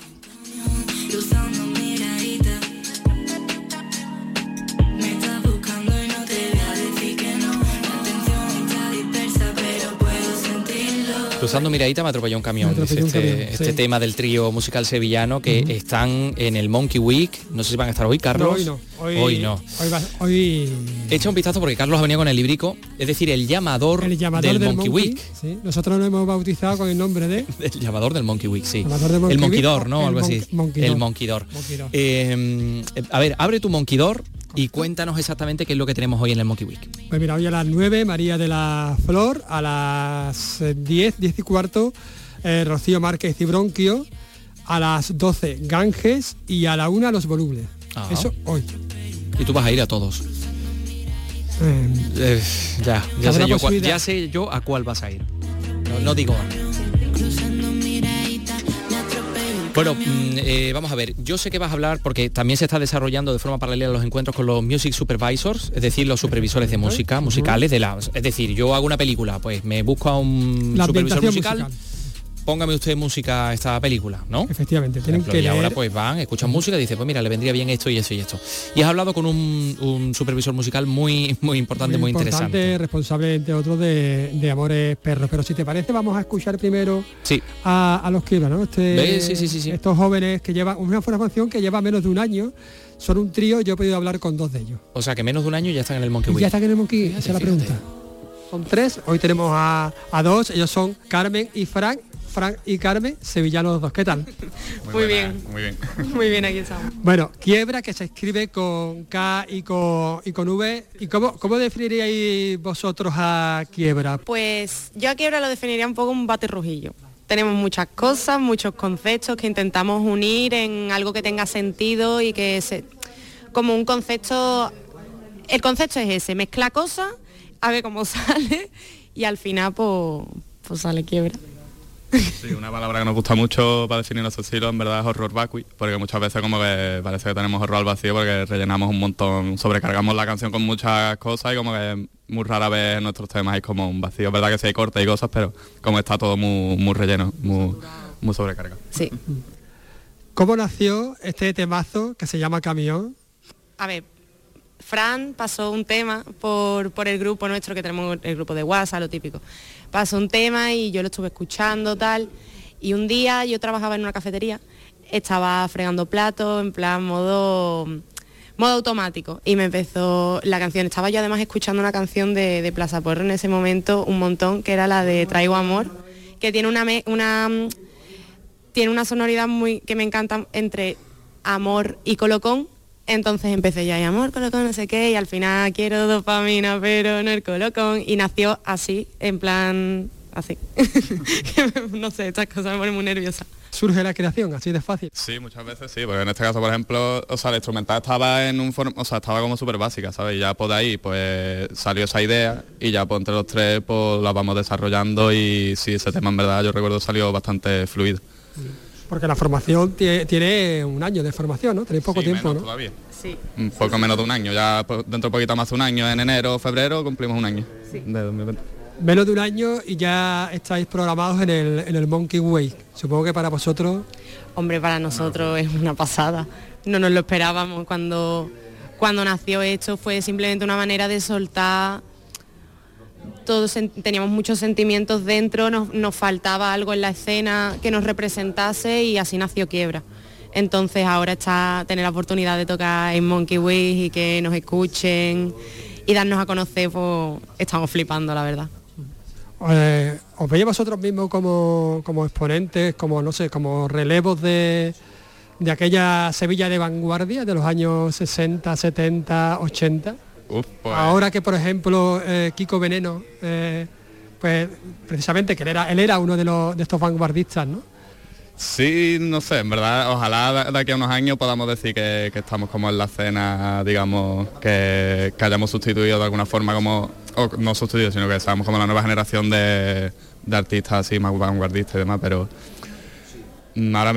Cruzando miradita me atropelló un camión, dice un este, camión, este sí. tema del trío musical sevillano que uh-huh. están en el Monkey Week. No sé si van a estar hoy, Carlos. No, hoy no. Hoy, hoy no. Hoy, va, hoy... Echa un vistazo porque Carlos ha venido con el librico, es decir, el llamador, el llamador del, del Monkey, Monkey Week. Sí. Nosotros lo hemos bautizado con el nombre de... El llamador del Monkey Week, sí. Monkey el Monkeydor, Week, ¿no? el Algo mon- así. Monkey el Door. Monkeydor. Monkey eh, a ver, abre tu Monkeydor y cuéntanos exactamente qué es lo que tenemos hoy en el Monkey Week. Pues mira, hoy a las nueve María de la Flor, a las diez, diez y cuarto eh, Rocío Márquez y Bronquio, a las doce Ganges y a la una Los Volubles. Ah. Eso hoy. Y tú vas a ir a todos. Eh, eh, ya, ya sé, yo, posibilidad. ya sé yo a cuál vas a ir. No, no digo. Bueno, eh, vamos a ver, yo sé que vas a hablar porque también se está desarrollando de forma paralela los encuentros con los Music Supervisors, es decir, los supervisores de música, musicales, de la, es decir, yo hago una película, pues me busco a un la supervisor musical, musical. Póngame usted música a esta película, ¿no? Efectivamente, tienen ejemplo, que y leer... ahora pues van, escuchan música y dicen, pues mira, le vendría bien esto y esto y esto. Y has hablado con un, un supervisor musical muy muy importante, muy, muy importante, interesante. responsable, entre otros, de, de Amores Perros. Pero si te parece, vamos a escuchar primero sí. a, a los Quiebra, ¿no? Este, sí, sí, sí, sí. Estos jóvenes que llevan una formación que lleva menos de un año, son un trío, yo he podido hablar con dos de ellos. O sea, que menos de un año ya están en el Monkey Y Week. ya están en el Monkey, esa es la pregunta. Son tres, hoy tenemos a, a dos, ellos son Carmen y Frank. Frank y Carmen, sevillanos los dos. ¿Qué tal? Muy, muy bien. Muy bien. Muy bien, aquí estamos. Bueno, Quiebra, que se escribe con K y con, y con V. ¿Y cómo, cómo definiríais vosotros a Quiebra? Pues yo a Quiebra lo definiría un poco un batirrujillo. Tenemos muchas cosas, muchos conceptos que intentamos unir en algo que tenga sentido y que se... como un concepto... El concepto es ese, mezcla cosas, a ver cómo sale y al final pues, pues sale Quiebra. Sí, una palabra que nos gusta mucho para definir nuestro estilo en verdad es horror vacui, porque muchas veces como que parece que tenemos horror al vacío porque rellenamos un montón, sobrecargamos la canción con muchas cosas y como que muy rara vez en nuestros temas hay como un vacío, es verdad que sí hay cortes y cosas, pero como está todo muy, muy relleno, muy, muy sobrecargado. Sí. ¿Cómo nació este temazo que se llama Camión? A ver, Fran pasó un tema por, por el grupo nuestro, que tenemos el grupo de WhatsApp, lo típico. Pasó un tema y yo lo estuve escuchando, tal, y un día yo trabajaba en una cafetería, estaba fregando platos, en plan modo, modo automático, y me empezó la canción. Estaba yo además escuchando una canción de, de Plaza Puerro en ese momento, un montón, que era la de Traigo Amor, que tiene una, una, tiene una sonoridad muy que me encanta entre amor y colocón. Entonces empecé ya, y amor, colocón, no sé qué, y al final quiero dopamina, pero no el colocón, y nació así, en plan, así. No sé, estas cosas me ponen muy nerviosa. ¿Surge la creación así de fácil? Sí, muchas veces sí, porque en este caso, por ejemplo, o sea, el instrumental estaba en un form o sea, estaba como súper básica, ¿sabes? Y ya por ahí, pues, salió esa idea, y ya pues entre los tres, pues, la vamos desarrollando, y sí, ese tema en verdad, yo recuerdo, salió bastante fluido. Porque la formación tiene un año de formación, ¿no? Tenéis poco sí, tiempo, menos ¿no? Todavía. Sí. Un poco menos de un año, ya dentro de poquito más de un año, en enero, febrero, cumplimos un año sí. de dos mil veinte. Menos de un año y ya estáis programados en el, en el Monkey Week. Supongo que para vosotros... Hombre, para nosotros es una pasada. No nos lo esperábamos. Cuando, cuando nació esto fue simplemente una manera de soltar... Todos teníamos muchos sentimientos dentro, nos, nos faltaba algo en la escena que nos representase y así nació Quiebra. Entonces ahora está tener la oportunidad de tocar en Monkey Week y que nos escuchen y darnos a conocer, pues estamos flipando, la verdad. Eh, ¿Os veis vosotros mismos como, como exponentes, como no sé, como relevos de, de aquella Sevilla de vanguardia de los años sesenta, setenta, ochenta? Uf, pues... Ahora que, por ejemplo, eh, Kiko Veneno, eh, pues precisamente que él era, él era uno de, los, de estos vanguardistas, ¿no? Sí, no sé, en verdad, ojalá de aquí a unos años podamos decir que, que estamos como en la escena, digamos, que, que hayamos sustituido de alguna forma como, o no sustituido, sino que seamos como la nueva generación de, de artistas así más vanguardistas y demás, pero ahora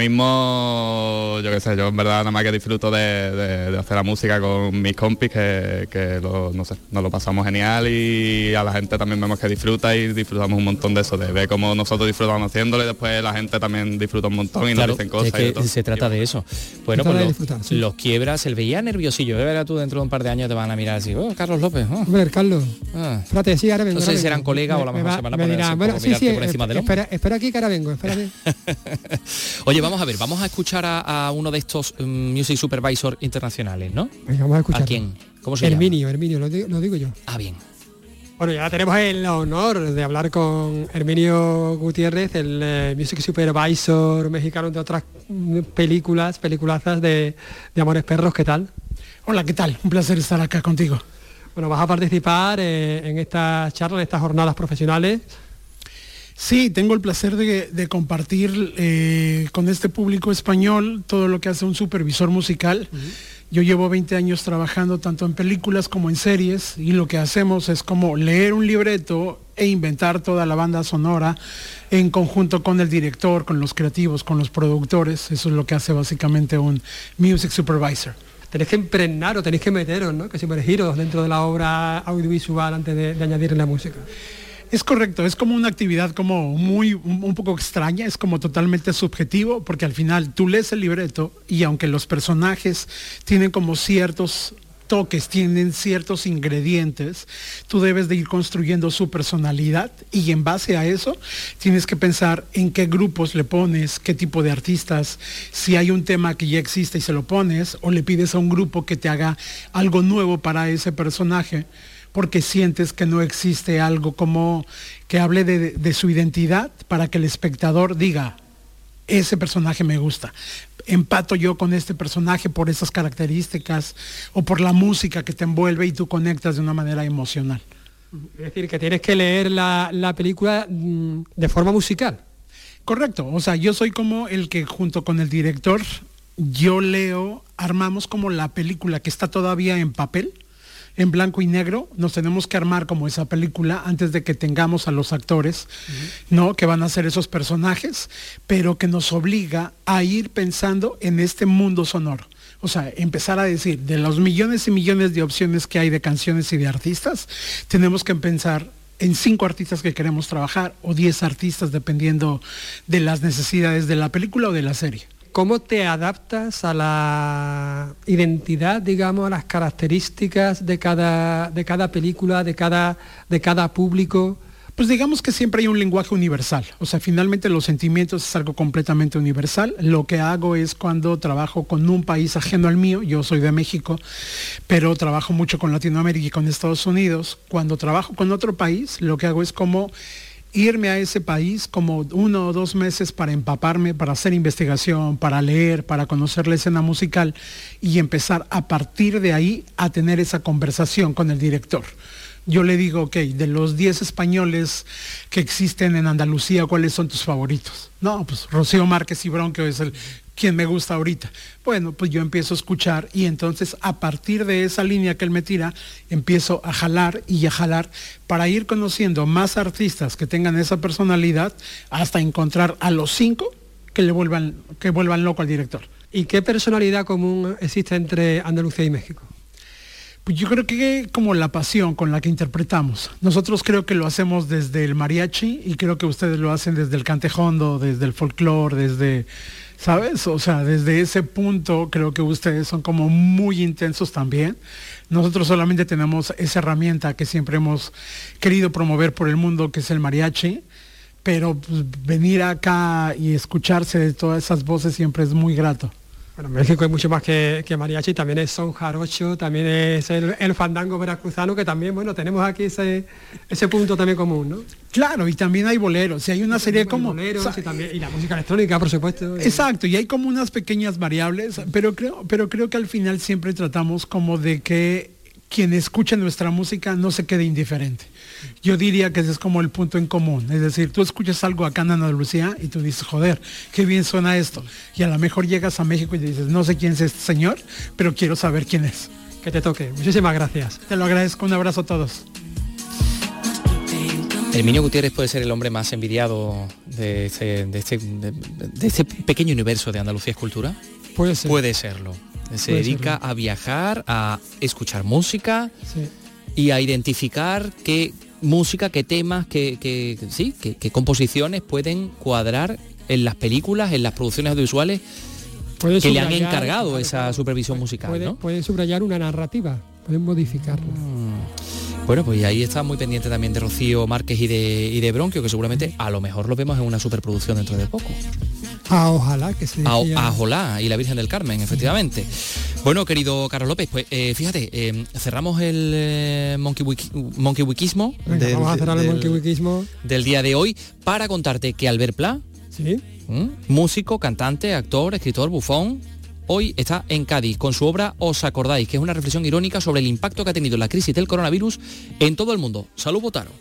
mismo, yo qué sé, yo en verdad nada más que disfruto de, de, de hacer la música con mis compis, que, que lo, no sé, nos lo pasamos genial y a la gente también vemos que disfruta y disfrutamos un montón de eso, de ver cómo nosotros disfrutamos haciéndolo y después la gente también disfruta un montón y claro, nos dicen cosas. Es que y todo. se trata de eso. Bueno, pues los, sí. los quiebras, el veía nerviosillo, verás tú dentro de un par de años te van a mirar así, oh, Carlos López. Oh. Hombre, Carlos, ah. espérate, sí, ahora vengo. No sé si serán colegas o a lo mejor va, se van a poner dirá, así bueno, sí, sí, por encima del hombro. Espera, espera aquí que ahora vengo, espérate. Oye, vamos a ver, vamos a escuchar a, a uno de estos um, Music Supervisor internacionales, ¿no? Venga, vamos a escuchar. ¿A quién? ¿Cómo se Herminio, llama? Herminio, lo digo, lo digo yo. Ah, bien. Bueno, ya tenemos el honor de hablar con Herminio Gutiérrez, el eh, Music Supervisor mexicano, entre otras películas, peliculazas de, de Amores Perros. ¿Qué tal? Hola, ¿qué tal? Un placer estar acá contigo. Bueno, vas a participar eh, en esta charla, en estas jornadas profesionales. Sí, tengo el placer de, de compartir eh, con este público español todo lo que hace un supervisor musical. Uh-huh. Yo llevo veinte años trabajando tanto en películas como en series y lo que hacemos es como leer un libreto e inventar toda la banda sonora en conjunto con el director, con los creativos, con los productores. Eso es lo que hace básicamente un Music Supervisor. Tenéis que impregnar o tenéis que meteros, ¿no? Que sumergiros dentro de la obra audiovisual antes de, de añadir la música. Es correcto, es como una actividad como muy, un, un poco extraña, es como totalmente subjetivo, porque al final tú lees el libreto y aunque los personajes tienen como ciertos toques, tienen ciertos ingredientes, tú debes de ir construyendo su personalidad y en base a eso tienes que pensar en qué grupos le pones, qué tipo de artistas, si hay un tema que ya existe y se lo pones, o le pides a un grupo que te haga algo nuevo para ese personaje, porque sientes que no existe algo como que hable de, de su identidad para que el espectador diga, ese personaje me gusta, empato yo con este personaje por esas características o por la música que te envuelve y tú conectas de una manera emocional. Es decir, que tienes que leer la, la película mmm, de forma musical. Correcto, o sea, yo soy como el que junto con el director, yo leo, armamos como la película que está todavía en papel, en blanco y negro, nos tenemos que armar como esa película antes de que tengamos a los actores, uh-huh. ¿no? Que van a ser esos personajes, pero que nos obliga a ir pensando en este mundo sonoro. O sea, empezar a decir, de los millones y millones de opciones que hay de canciones y de artistas, tenemos que pensar en cinco artistas que queremos trabajar o diez artistas dependiendo de las necesidades de la película o de la serie. ¿Cómo te adaptas a la identidad, digamos, a las características de cada, de cada película, de cada, de cada público? Pues digamos que siempre hay un lenguaje universal. O sea, finalmente los sentimientos es algo completamente universal. Lo que hago es cuando trabajo con un país ajeno al mío, yo soy de México, pero trabajo mucho con Latinoamérica y con Estados Unidos. Cuando trabajo con otro país, lo que hago es como irme a ese país como uno o dos meses para empaparme, para hacer investigación, para leer, para conocer la escena musical y empezar a partir de ahí a tener esa conversación con el director. Yo le digo, ok, de los diez españoles que existen en Andalucía, ¿cuáles son tus favoritos? No, pues Rocío Márquez y Bronco es el quien me gusta ahorita. Bueno, pues yo empiezo a escuchar y entonces a partir de esa línea que él me tira, empiezo a jalar y a jalar para ir conociendo más artistas que tengan esa personalidad hasta encontrar a los cinco que le vuelvan, que vuelvan loco al director. ¿Y qué personalidad común existe entre Andalucía y México? Pues yo creo que como la pasión con la que interpretamos. Nosotros creo que lo hacemos desde el mariachi y creo que ustedes lo hacen desde el cantejondo, desde el folclore, desde, ¿sabes? O sea, desde ese punto creo que ustedes son como muy intensos también. Nosotros solamente tenemos esa herramienta que siempre hemos querido promover por el mundo, que es el mariachi, pero pues, venir acá y escucharse de todas esas voces siempre es muy grato. Bueno, México es mucho más que, que mariachi, también es son jarocho, también es el, el fandango veracruzano, que también, bueno, tenemos aquí ese, ese punto también común, ¿no? Claro, y también hay boleros, y hay una sí, serie como... Boleros, o sea, y, también, y la música electrónica, por supuesto. Exacto, y hay como unas pequeñas variables, pero creo, pero creo que al final siempre tratamos como de que quien escucha nuestra música no se quede indiferente. Yo diría que ese es como el punto en común. Es decir, tú escuchas algo acá en Andalucía y tú dices, joder, qué bien suena esto. Y a lo mejor llegas a México y dices, no sé quién es este señor, pero quiero saber quién es. Que te toque. Muchísimas gracias. Te lo agradezco. Un abrazo a todos. Herminio Gutiérrez puede ser el hombre más envidiado de este, de este, de, de este pequeño universo de Andalucía Escultura. Puede ser. Puede serlo. Se Puede dedica serlo. a viajar, a escuchar música sí. y a identificar qué música, qué temas, qué, qué, sí, qué, qué composiciones pueden cuadrar en las películas, en las producciones audiovisuales puede que le han subrayar, encargado claro, esa claro. supervisión musical, puede, ¿no? Pueden subrayar una narrativa, pueden modificarla. Mm. Bueno, pues ahí está muy pendiente también de Rocío Márquez y de, y de Bronquio, que seguramente a lo mejor lo vemos en una superproducción dentro de poco. Ah, ojalá que se A, decía... a Jolá y la Virgen del Carmen, efectivamente. Bueno, querido Carlos López, pues eh, fíjate, eh, cerramos el eh, Monkey, Wiki, Monkey Wikismo. Venga, del, vamos a cerrar el del, Monkey Wikismo del día de hoy para contarte que Albert Pla, ¿sí? ¿m? músico, cantante, actor, escritor, bufón, hoy está en Cádiz con su obra Os acordáis, que es una reflexión irónica sobre el impacto que ha tenido la crisis del coronavirus en todo el mundo. Salud, Botaro.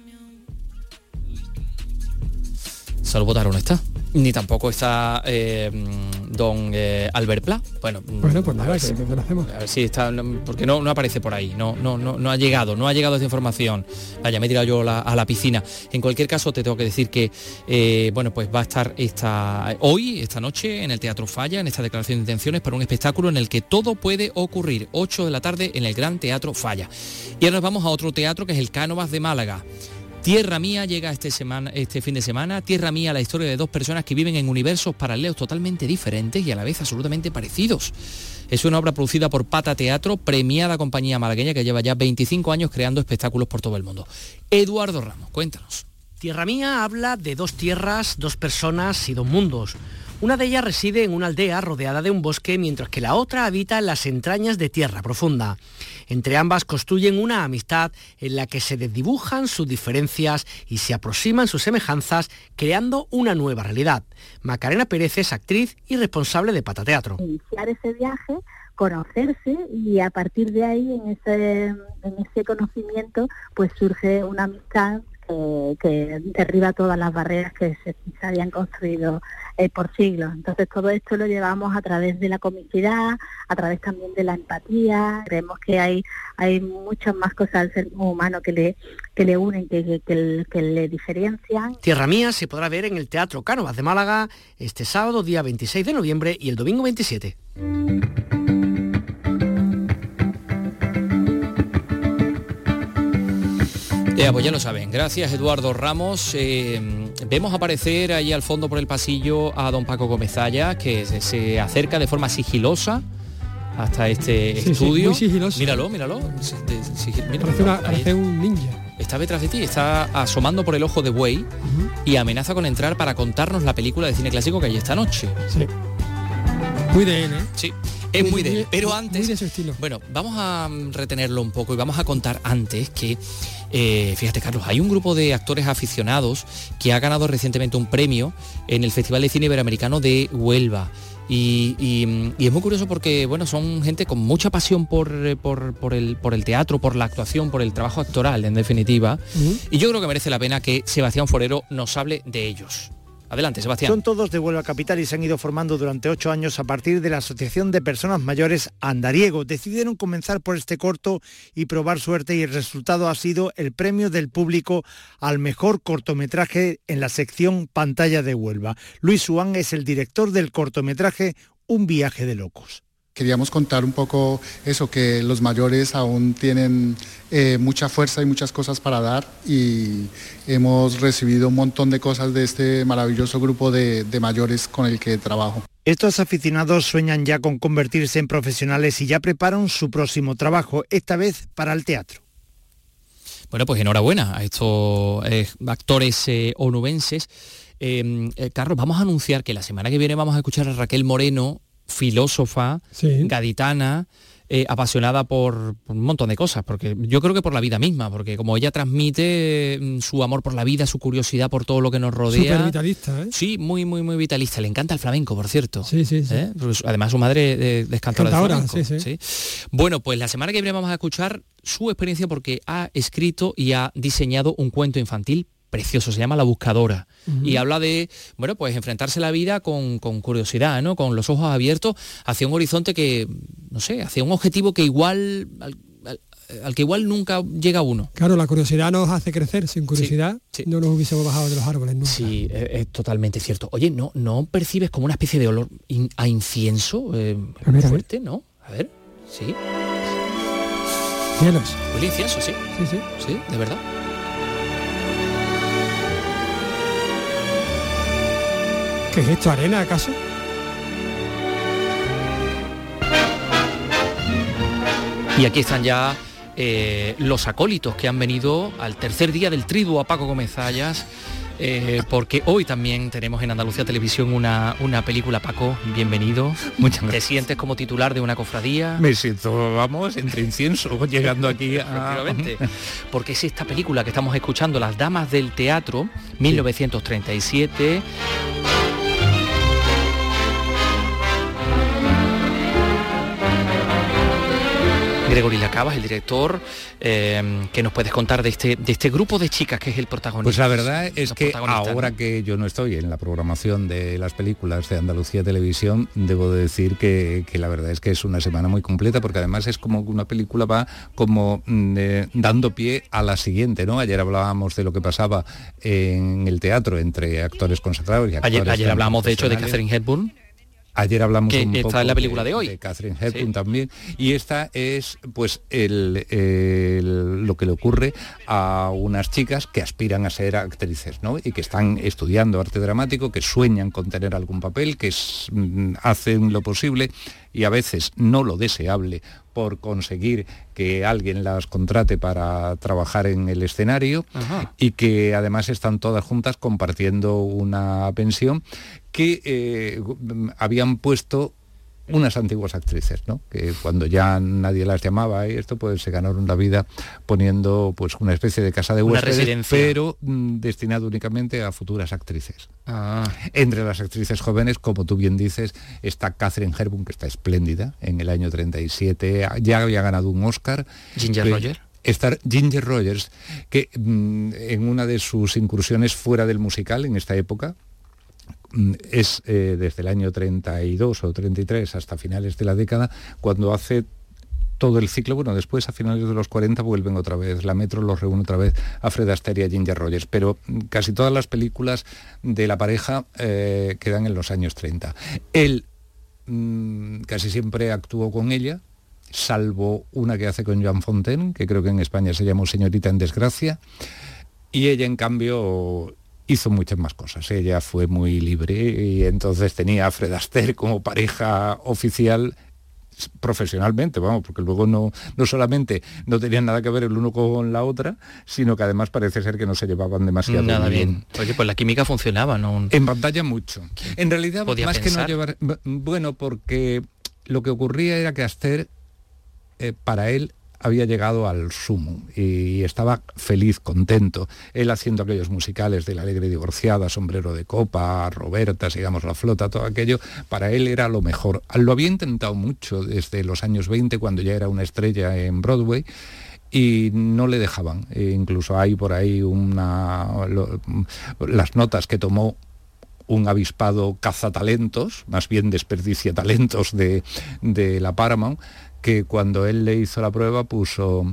Salud, Botaro no está. Ni tampoco está eh, don eh, Albert Pla. Bueno, bueno, pues nada, si, que lo hacemos. A ver si está, porque no, no aparece por ahí, no, no, no, no ha llegado, no ha llegado esta información. Vaya, me he tirado yo la, a la piscina. En cualquier caso, te tengo que decir que eh, bueno, pues va a estar esta hoy, esta noche, en el Teatro Falla, en esta declaración de intenciones para un espectáculo en el que todo puede ocurrir. ocho de la tarde en el Gran Teatro Falla. Y ahora nos vamos a otro teatro que es el Cánovas de Málaga. Tierra Mía llega este, semana, este fin de semana. Tierra Mía, la historia de dos personas que viven en universos paralelos totalmente diferentes y a la vez absolutamente parecidos. Es una obra producida por Pata Teatro, premiada compañía malagueña que lleva ya veinticinco años creando espectáculos por todo el mundo. Eduardo Ramos, cuéntanos. Tierra Mía habla de dos tierras, dos personas y dos mundos. Una de ellas reside en una aldea rodeada de un bosque, mientras que la otra habita en las entrañas de tierra profunda. Entre ambas construyen una amistad en la que se desdibujan sus diferencias y se aproximan sus semejanzas, creando una nueva realidad. Macarena Pérez es actriz y responsable de Pata Teatro. Iniciar ese viaje, conocerse y a partir de ahí, en ese, en ese conocimiento, pues surge una amistad que, que derriba todas las barreras que se, se habían construido eh, por siglos. Entonces todo esto lo llevamos a través de la comicidad, a través también de la empatía. Creemos que hay hay muchas más cosas al ser humano que le que le unen, que, que, que, que le diferencian. Tierra Mía se podrá ver en el Teatro Cánovas de Málaga este sábado, día veintiséis de noviembre, y el domingo veintisiete. Ya, pues ya lo saben. Gracias, Eduardo Ramos. Eh, vemos aparecer ahí al fondo por el pasillo a don Paco Gomezalla, que se, se acerca de forma sigilosa hasta este sí, estudio. Sí, muy sigiloso. Míralo, míralo. De, sig, míralo parece, una, parece un ninja. Está detrás de ti, está asomando por el ojo de buey uh-huh. y amenaza con entrar para contarnos la película de cine clásico que hay esta noche. Sí. Muy de él, ¿eh? Sí. Es muy, muy de él, pero antes, muy de su estilo. Bueno, vamos a retenerlo un poco y vamos a contar antes que, eh, fíjate Carlos, hay un grupo de actores aficionados que ha ganado recientemente un premio en el Festival de Cine Iberoamericano de Huelva. Y, y, y es muy curioso porque, bueno, son gente con mucha pasión por, por, por, el, por el teatro, por la actuación, por el trabajo actoral, en definitiva. Uh-huh. Y yo creo que merece la pena que Sebastián Forero nos hable de ellos. Adelante, Sebastián. Son todos de Huelva Capital y se han ido formando durante ocho años a partir de la Asociación de Personas Mayores Andariego. Decidieron comenzar por este corto y probar suerte, y el resultado ha sido el premio del público al mejor cortometraje en la sección Pantalla de Huelva. Luis Suán es el director del cortometraje Un viaje de locos. Queríamos contar un poco eso, que los mayores aún tienen eh, mucha fuerza y muchas cosas para dar, y hemos recibido un montón de cosas de este maravilloso grupo de, de mayores con el que trabajo. Estos aficionados sueñan ya con convertirse en profesionales y ya preparan su próximo trabajo, esta vez para el teatro. Bueno, pues enhorabuena a estos eh, actores eh, onubenses. Eh, eh, Carlos, vamos a anunciar que la semana que viene vamos a escuchar a Raquel Moreno, filósofa, sí. gaditana, eh, apasionada por, por un montón de cosas, porque yo creo que por la vida misma, porque como ella transmite mm, su amor por la vida, su curiosidad por todo lo que nos rodea. Súper vitalista, ¿eh? Sí, muy, muy, muy vitalista. Le encanta el flamenco, por cierto. Sí, sí, sí. ¿Eh? Pues, además su madre eh, es cantora de flamenco. Sí, sí. ¿Sí? Bueno, pues la semana que viene vamos a escuchar su experiencia porque ha escrito y ha diseñado un cuento infantil precioso, se llama La Buscadora, uh-huh. y habla de, bueno, pues enfrentarse a la vida con, con curiosidad, ¿no? Con los ojos abiertos hacia un horizonte que, no sé, hacia un objetivo que igual, al, al, al que igual nunca llega uno. Claro, la curiosidad nos hace crecer, sin curiosidad sí, sí. no nos hubiésemos bajado de los árboles nunca. Sí, es, es totalmente cierto. Oye, ¿no, no percibes como una especie de olor in, a incienso? Eh, a ver, fuerte, a ver. ¿no? A ver, sí. Cielos. Huele incienso, sí. Sí, sí. Sí, de verdad. ¿Qué es esto? ¿Arena, acaso? Y aquí están ya eh, los acólitos que han venido al tercer día del triduo a Paco Gómez Zayas, eh, porque hoy también tenemos en Andalucía Televisión una, una película. Paco, bienvenido. Muchas gracias. ¿Te sientes como titular de una cofradía? Me siento, vamos, entre incienso, llegando aquí a... Efectivamente, porque es esta película que estamos escuchando, Las Damas del Teatro, mil novecientos treinta y siete... Gregory Lacabas, el director, eh, ¿qué nos puedes contar de este, de este grupo de chicas que es el protagonista? Pues la verdad es que ahora que yo no estoy en la programación de las películas de Andalucía Televisión, debo de decir que, que la verdad es que es una semana muy completa, porque además es como una película va como eh, dando pie a la siguiente, ¿no? Ayer hablábamos de lo que pasaba en el teatro entre actores consagrados y actores Ayer, ayer hablábamos de hecho de Katharine Hepburn. Ayer hablamos que un está poco en la película de, de hoy. De Katharine Hepburn sí. también. Y esta es pues el, el, lo que le ocurre a unas chicas que aspiran a ser actrices, ¿no? Y que están estudiando arte dramático, que sueñan con tener algún papel, que es, hacen lo posible y a veces no lo deseable por conseguir que alguien las contrate para trabajar en el escenario. Ajá. Y que además están todas juntas compartiendo una pensión que eh, habían puesto unas antiguas actrices, ¿no? Que cuando ya nadie las llamaba y esto, pues se ganaron la vida poniendo pues una especie de casa de huéspedes, pero mm, destinado únicamente a futuras actrices. Ah. Entre las actrices jóvenes, como tú bien dices, está Katharine Hepburn, que está espléndida, en el año treinta y siete, ya había ganado un Oscar. Ginger que, Rogers. Estar Ginger Rogers, que mm, en una de sus incursiones fuera del musical en esta época, es eh, desde el año treinta y dos o treinta y tres hasta finales de la década, cuando hace todo el ciclo. Bueno, después a finales de los cuarenta vuelven otra vez, la Metro los reúne otra vez a Fred Astaire y a Ginger Rogers, pero casi todas las películas de la pareja eh, quedan en los años treinta. Él mmm, casi siempre actuó con ella, salvo una que hace con Joan Fontaine, que creo que en España se llamó Señorita en Desgracia, y ella en cambio hizo muchas más cosas. Ella fue muy libre y entonces tenía a Fred Astaire como pareja oficial profesionalmente, vamos, porque luego no, no solamente no tenían nada que ver el uno con la otra, sino que además parece ser que no se llevaban demasiado nada bien. bien. Oye, pues la química funcionaba, ¿no? En pantalla mucho. En realidad, más pensar? que no llevar... Bueno, porque lo que ocurría era que Astaire, eh, para él, había llegado al sumo y estaba feliz, contento. Él haciendo aquellos musicales de La Alegre Divorciada, Sombrero de Copa, Roberta, sigamos La Flota, todo aquello, para él era lo mejor. Lo había intentado mucho desde los años veinte, cuando ya era una estrella en Broadway, y no le dejaban. E incluso hay por ahí una, lo, las notas que tomó un avispado cazatalentos, más bien desperdicia talentos de, de la Paramount, que cuando él le hizo la prueba puso: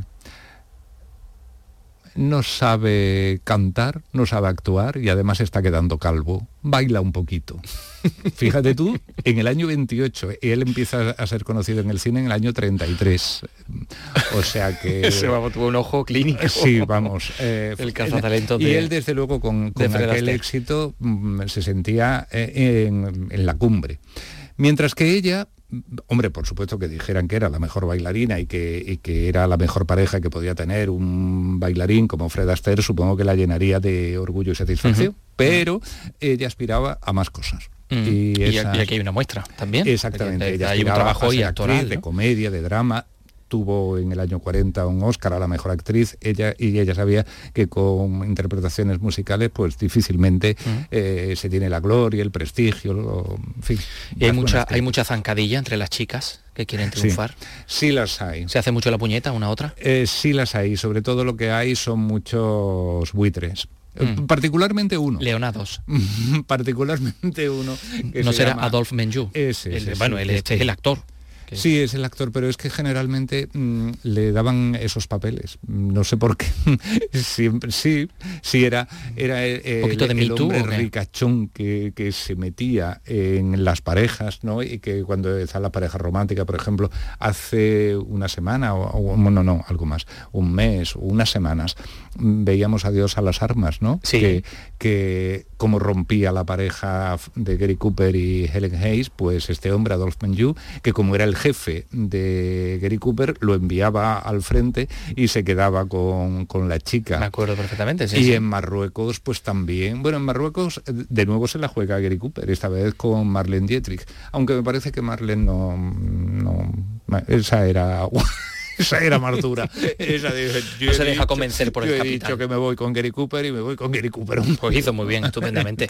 no sabe cantar, no sabe actuar y además está quedando calvo, baila un poquito. Fíjate tú, en el año veintiocho, y él empieza a ser conocido en el cine en el año treinta y tres. O sea que... Ese, vamos, tuvo un ojo clínico. Sí, vamos. Eh, el cazatalento de... Y él, desde luego, con, con aquel Astaire. éxito, se sentía en, en la cumbre. Mientras que ella... Hombre, por supuesto que dijeran que era la mejor bailarina y que, y que era la mejor pareja que podía tener un bailarín como Fred Astaire, supongo que la llenaría de orgullo y satisfacción, uh-huh. pero ella aspiraba a más cosas. Mm. Y, y, esa... y aquí hay una muestra también. Exactamente. Ella hay un trabajo y actoral, actriz, ¿no? de comedia, de drama. Tuvo en el año cuarenta un Oscar a la mejor actriz, ella y ella sabía que con interpretaciones musicales pues difícilmente uh -huh. eh, se tiene la gloria, el prestigio, lo, en fin. Y hay mucha, hay mucha zancadilla entre las chicas que quieren triunfar. Sí, sí las hay. ¿Se hace mucho la puñeta una a otra? Eh, sí las hay, sobre todo lo que hay son muchos buitres. Mm. Particularmente uno. Leonados. Particularmente uno. Que ¿No se será llama... Adolphe Menjou? Ese, el, ese, bueno, sí, él, este es el actor. Que... Sí, es el actor, pero es que generalmente mmm, le daban esos papeles. No sé por qué. Siempre, sí, sí, era, era el, un poquito de el hombre too, ricachón que, que se metía en las parejas, ¿no? Y que cuando está la pareja romántica, por ejemplo, hace una semana, o, o no, no, algo más, un mes, unas semanas, veíamos a Dios a las armas, ¿no? Sí. Que, que como rompía la pareja de Gary Cooper y Helen Hayes, pues este hombre, Adolphe Menjou, que como era el jefe de Gary Cooper, lo enviaba al frente y se quedaba con, con la chica. Me acuerdo perfectamente, sí. Y sí. en Marruecos, pues también, bueno, en Marruecos de nuevo se la juega Gary Cooper, esta vez con Marlene Dietrich, aunque me parece que Marlene no, no esa era... Esa era más dura. Esa de, no se deja dicho, convencer por el yo he capitán. dicho que me voy con Gary Cooper y me voy con Gary Cooper. Pues hizo muy bien, estupendamente.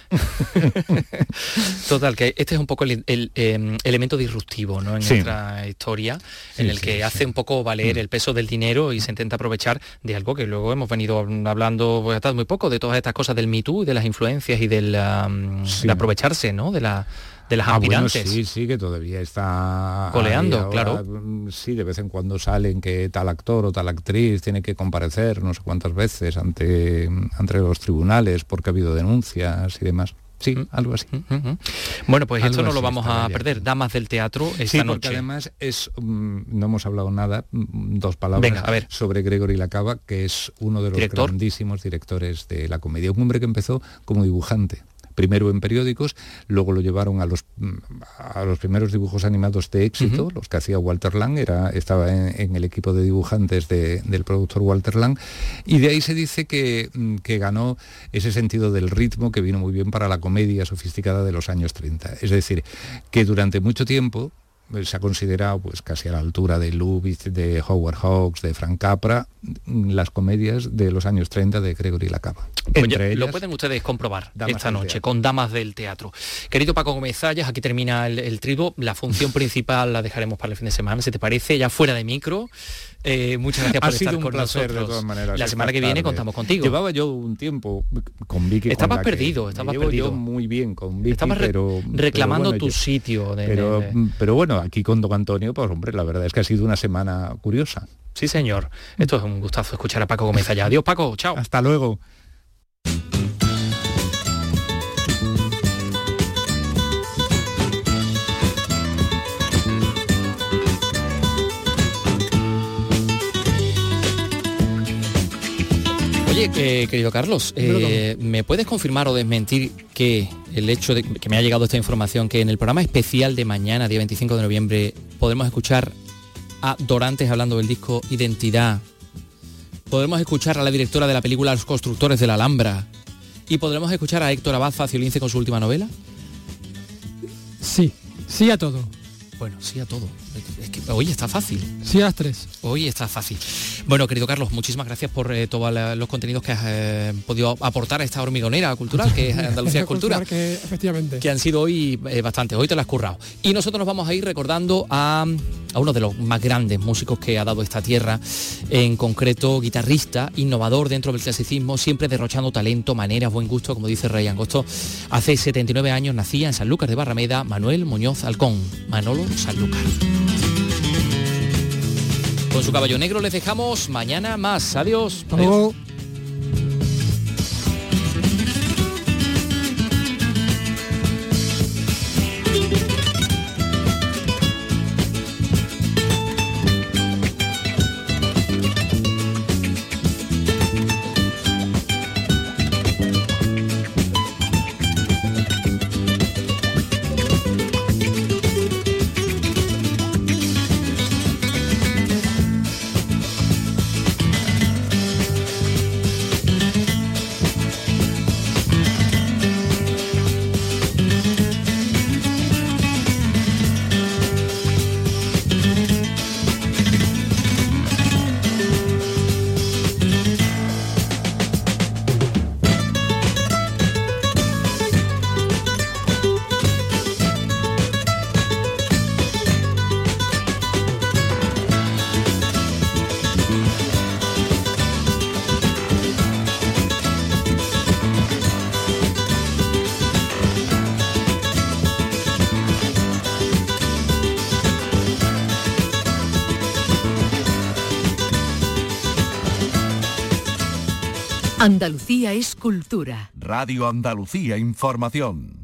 Total, que este es un poco el, el eh, elemento disruptivo, ¿no? En sí. nuestra historia, sí, en el que sí, hace sí. un poco valer mm. el peso del dinero y se intenta aprovechar de algo que luego hemos venido hablando pues, hasta muy poco, de todas estas cosas del Me Too y de las influencias y del um, sí. de aprovecharse, ¿no? De la de las aspirantes. Ah, bueno, sí, sí, que todavía está coleando, ahora, claro. Sí, de vez en cuando salen que tal actor o tal actriz tiene que comparecer no sé cuántas veces ante, ante los tribunales porque ha habido denuncias y demás. Sí, mm. algo así. Mm -hmm. Bueno, pues algo esto no lo vamos a ya. perder. Damas del teatro esta sí, porque noche. Además es, um, no hemos hablado nada, dos palabras Venga, a ver. sobre Gregory Lacava, que es uno de los ¿Director? grandísimos directores de la comedia. Un hombre que empezó como dibujante. Primero en periódicos, luego lo llevaron a los, a los primeros dibujos animados de éxito, uh-huh. los que hacía Walter Lang, era, estaba en, en el equipo de dibujantes de, del productor Walter Lang, y de ahí se dice que, que ganó ese sentido del ritmo que vino muy bien para la comedia sofisticada de los años treinta. Es decir, que durante mucho tiempo se ha considerado pues casi a la altura de Lubitsch, de Howard Hawks, de Frank Capra, las comedias de los años treinta de Gregory Lacava. Pues Entre ellas, lo pueden ustedes comprobar esta noche con Damas del Teatro. Querido Paco Gómez Zayas, aquí termina el, el trigo. La función principal la dejaremos para el fin de semana, si te parece, ya fuera de micro. Eh, muchas gracias por ha sido estar un con placer, nosotros. De todas maneras, la semana que viene tarde. contamos contigo. Llevaba yo un tiempo con Vicky. Estabas con perdido, que estabas llevo perdido. Yo muy bien con Vicky, estabas re pero reclamando pero bueno, tu yo, sitio. De, pero, de, de... pero bueno, aquí con Don Antonio, pues hombre, la verdad es que ha sido una semana curiosa. Sí, señor. Esto es un gustazo escuchar a Paco Gómez Zayas. Adiós, Paco. Chao. Hasta luego. Oye, eh, querido Carlos, eh, ¿me puedes confirmar o desmentir que el hecho de que me ha llegado esta información, que en el programa especial de mañana, día veinticinco de noviembre, podremos escuchar a Dorantes hablando del disco Identidad, podremos escuchar a la directora de la película Los Constructores de la Alhambra y podremos escuchar a Héctor Abad Faciolince con su última novela? Sí, sí a todo. Bueno, sí a todo. Es que hoy está fácil. Sí a las tres. Hoy está fácil. Bueno, querido Carlos, muchísimas gracias por eh, todos los contenidos que has eh, podido aportar a esta hormigonera cultural que es Andalucía Cultura. Que, efectivamente. Que han sido hoy eh, bastante. Hoy te lo has currado. Y nosotros nos vamos a ir recordando a, a uno de los más grandes músicos que ha dado esta tierra, en concreto guitarrista, innovador dentro del clasicismo, siempre derrochando talento, maneras, buen gusto, como dice Rey Angosto. Hace setenta y nueve años nacía en Sanlúcar de Barrameda Manuel Muñoz Alcón, Manolo Sanlúcar. Con su caballo negro les dejamos mañana más. Adiós. Adiós. Andalucía es cultura. Radio Andalucía Información.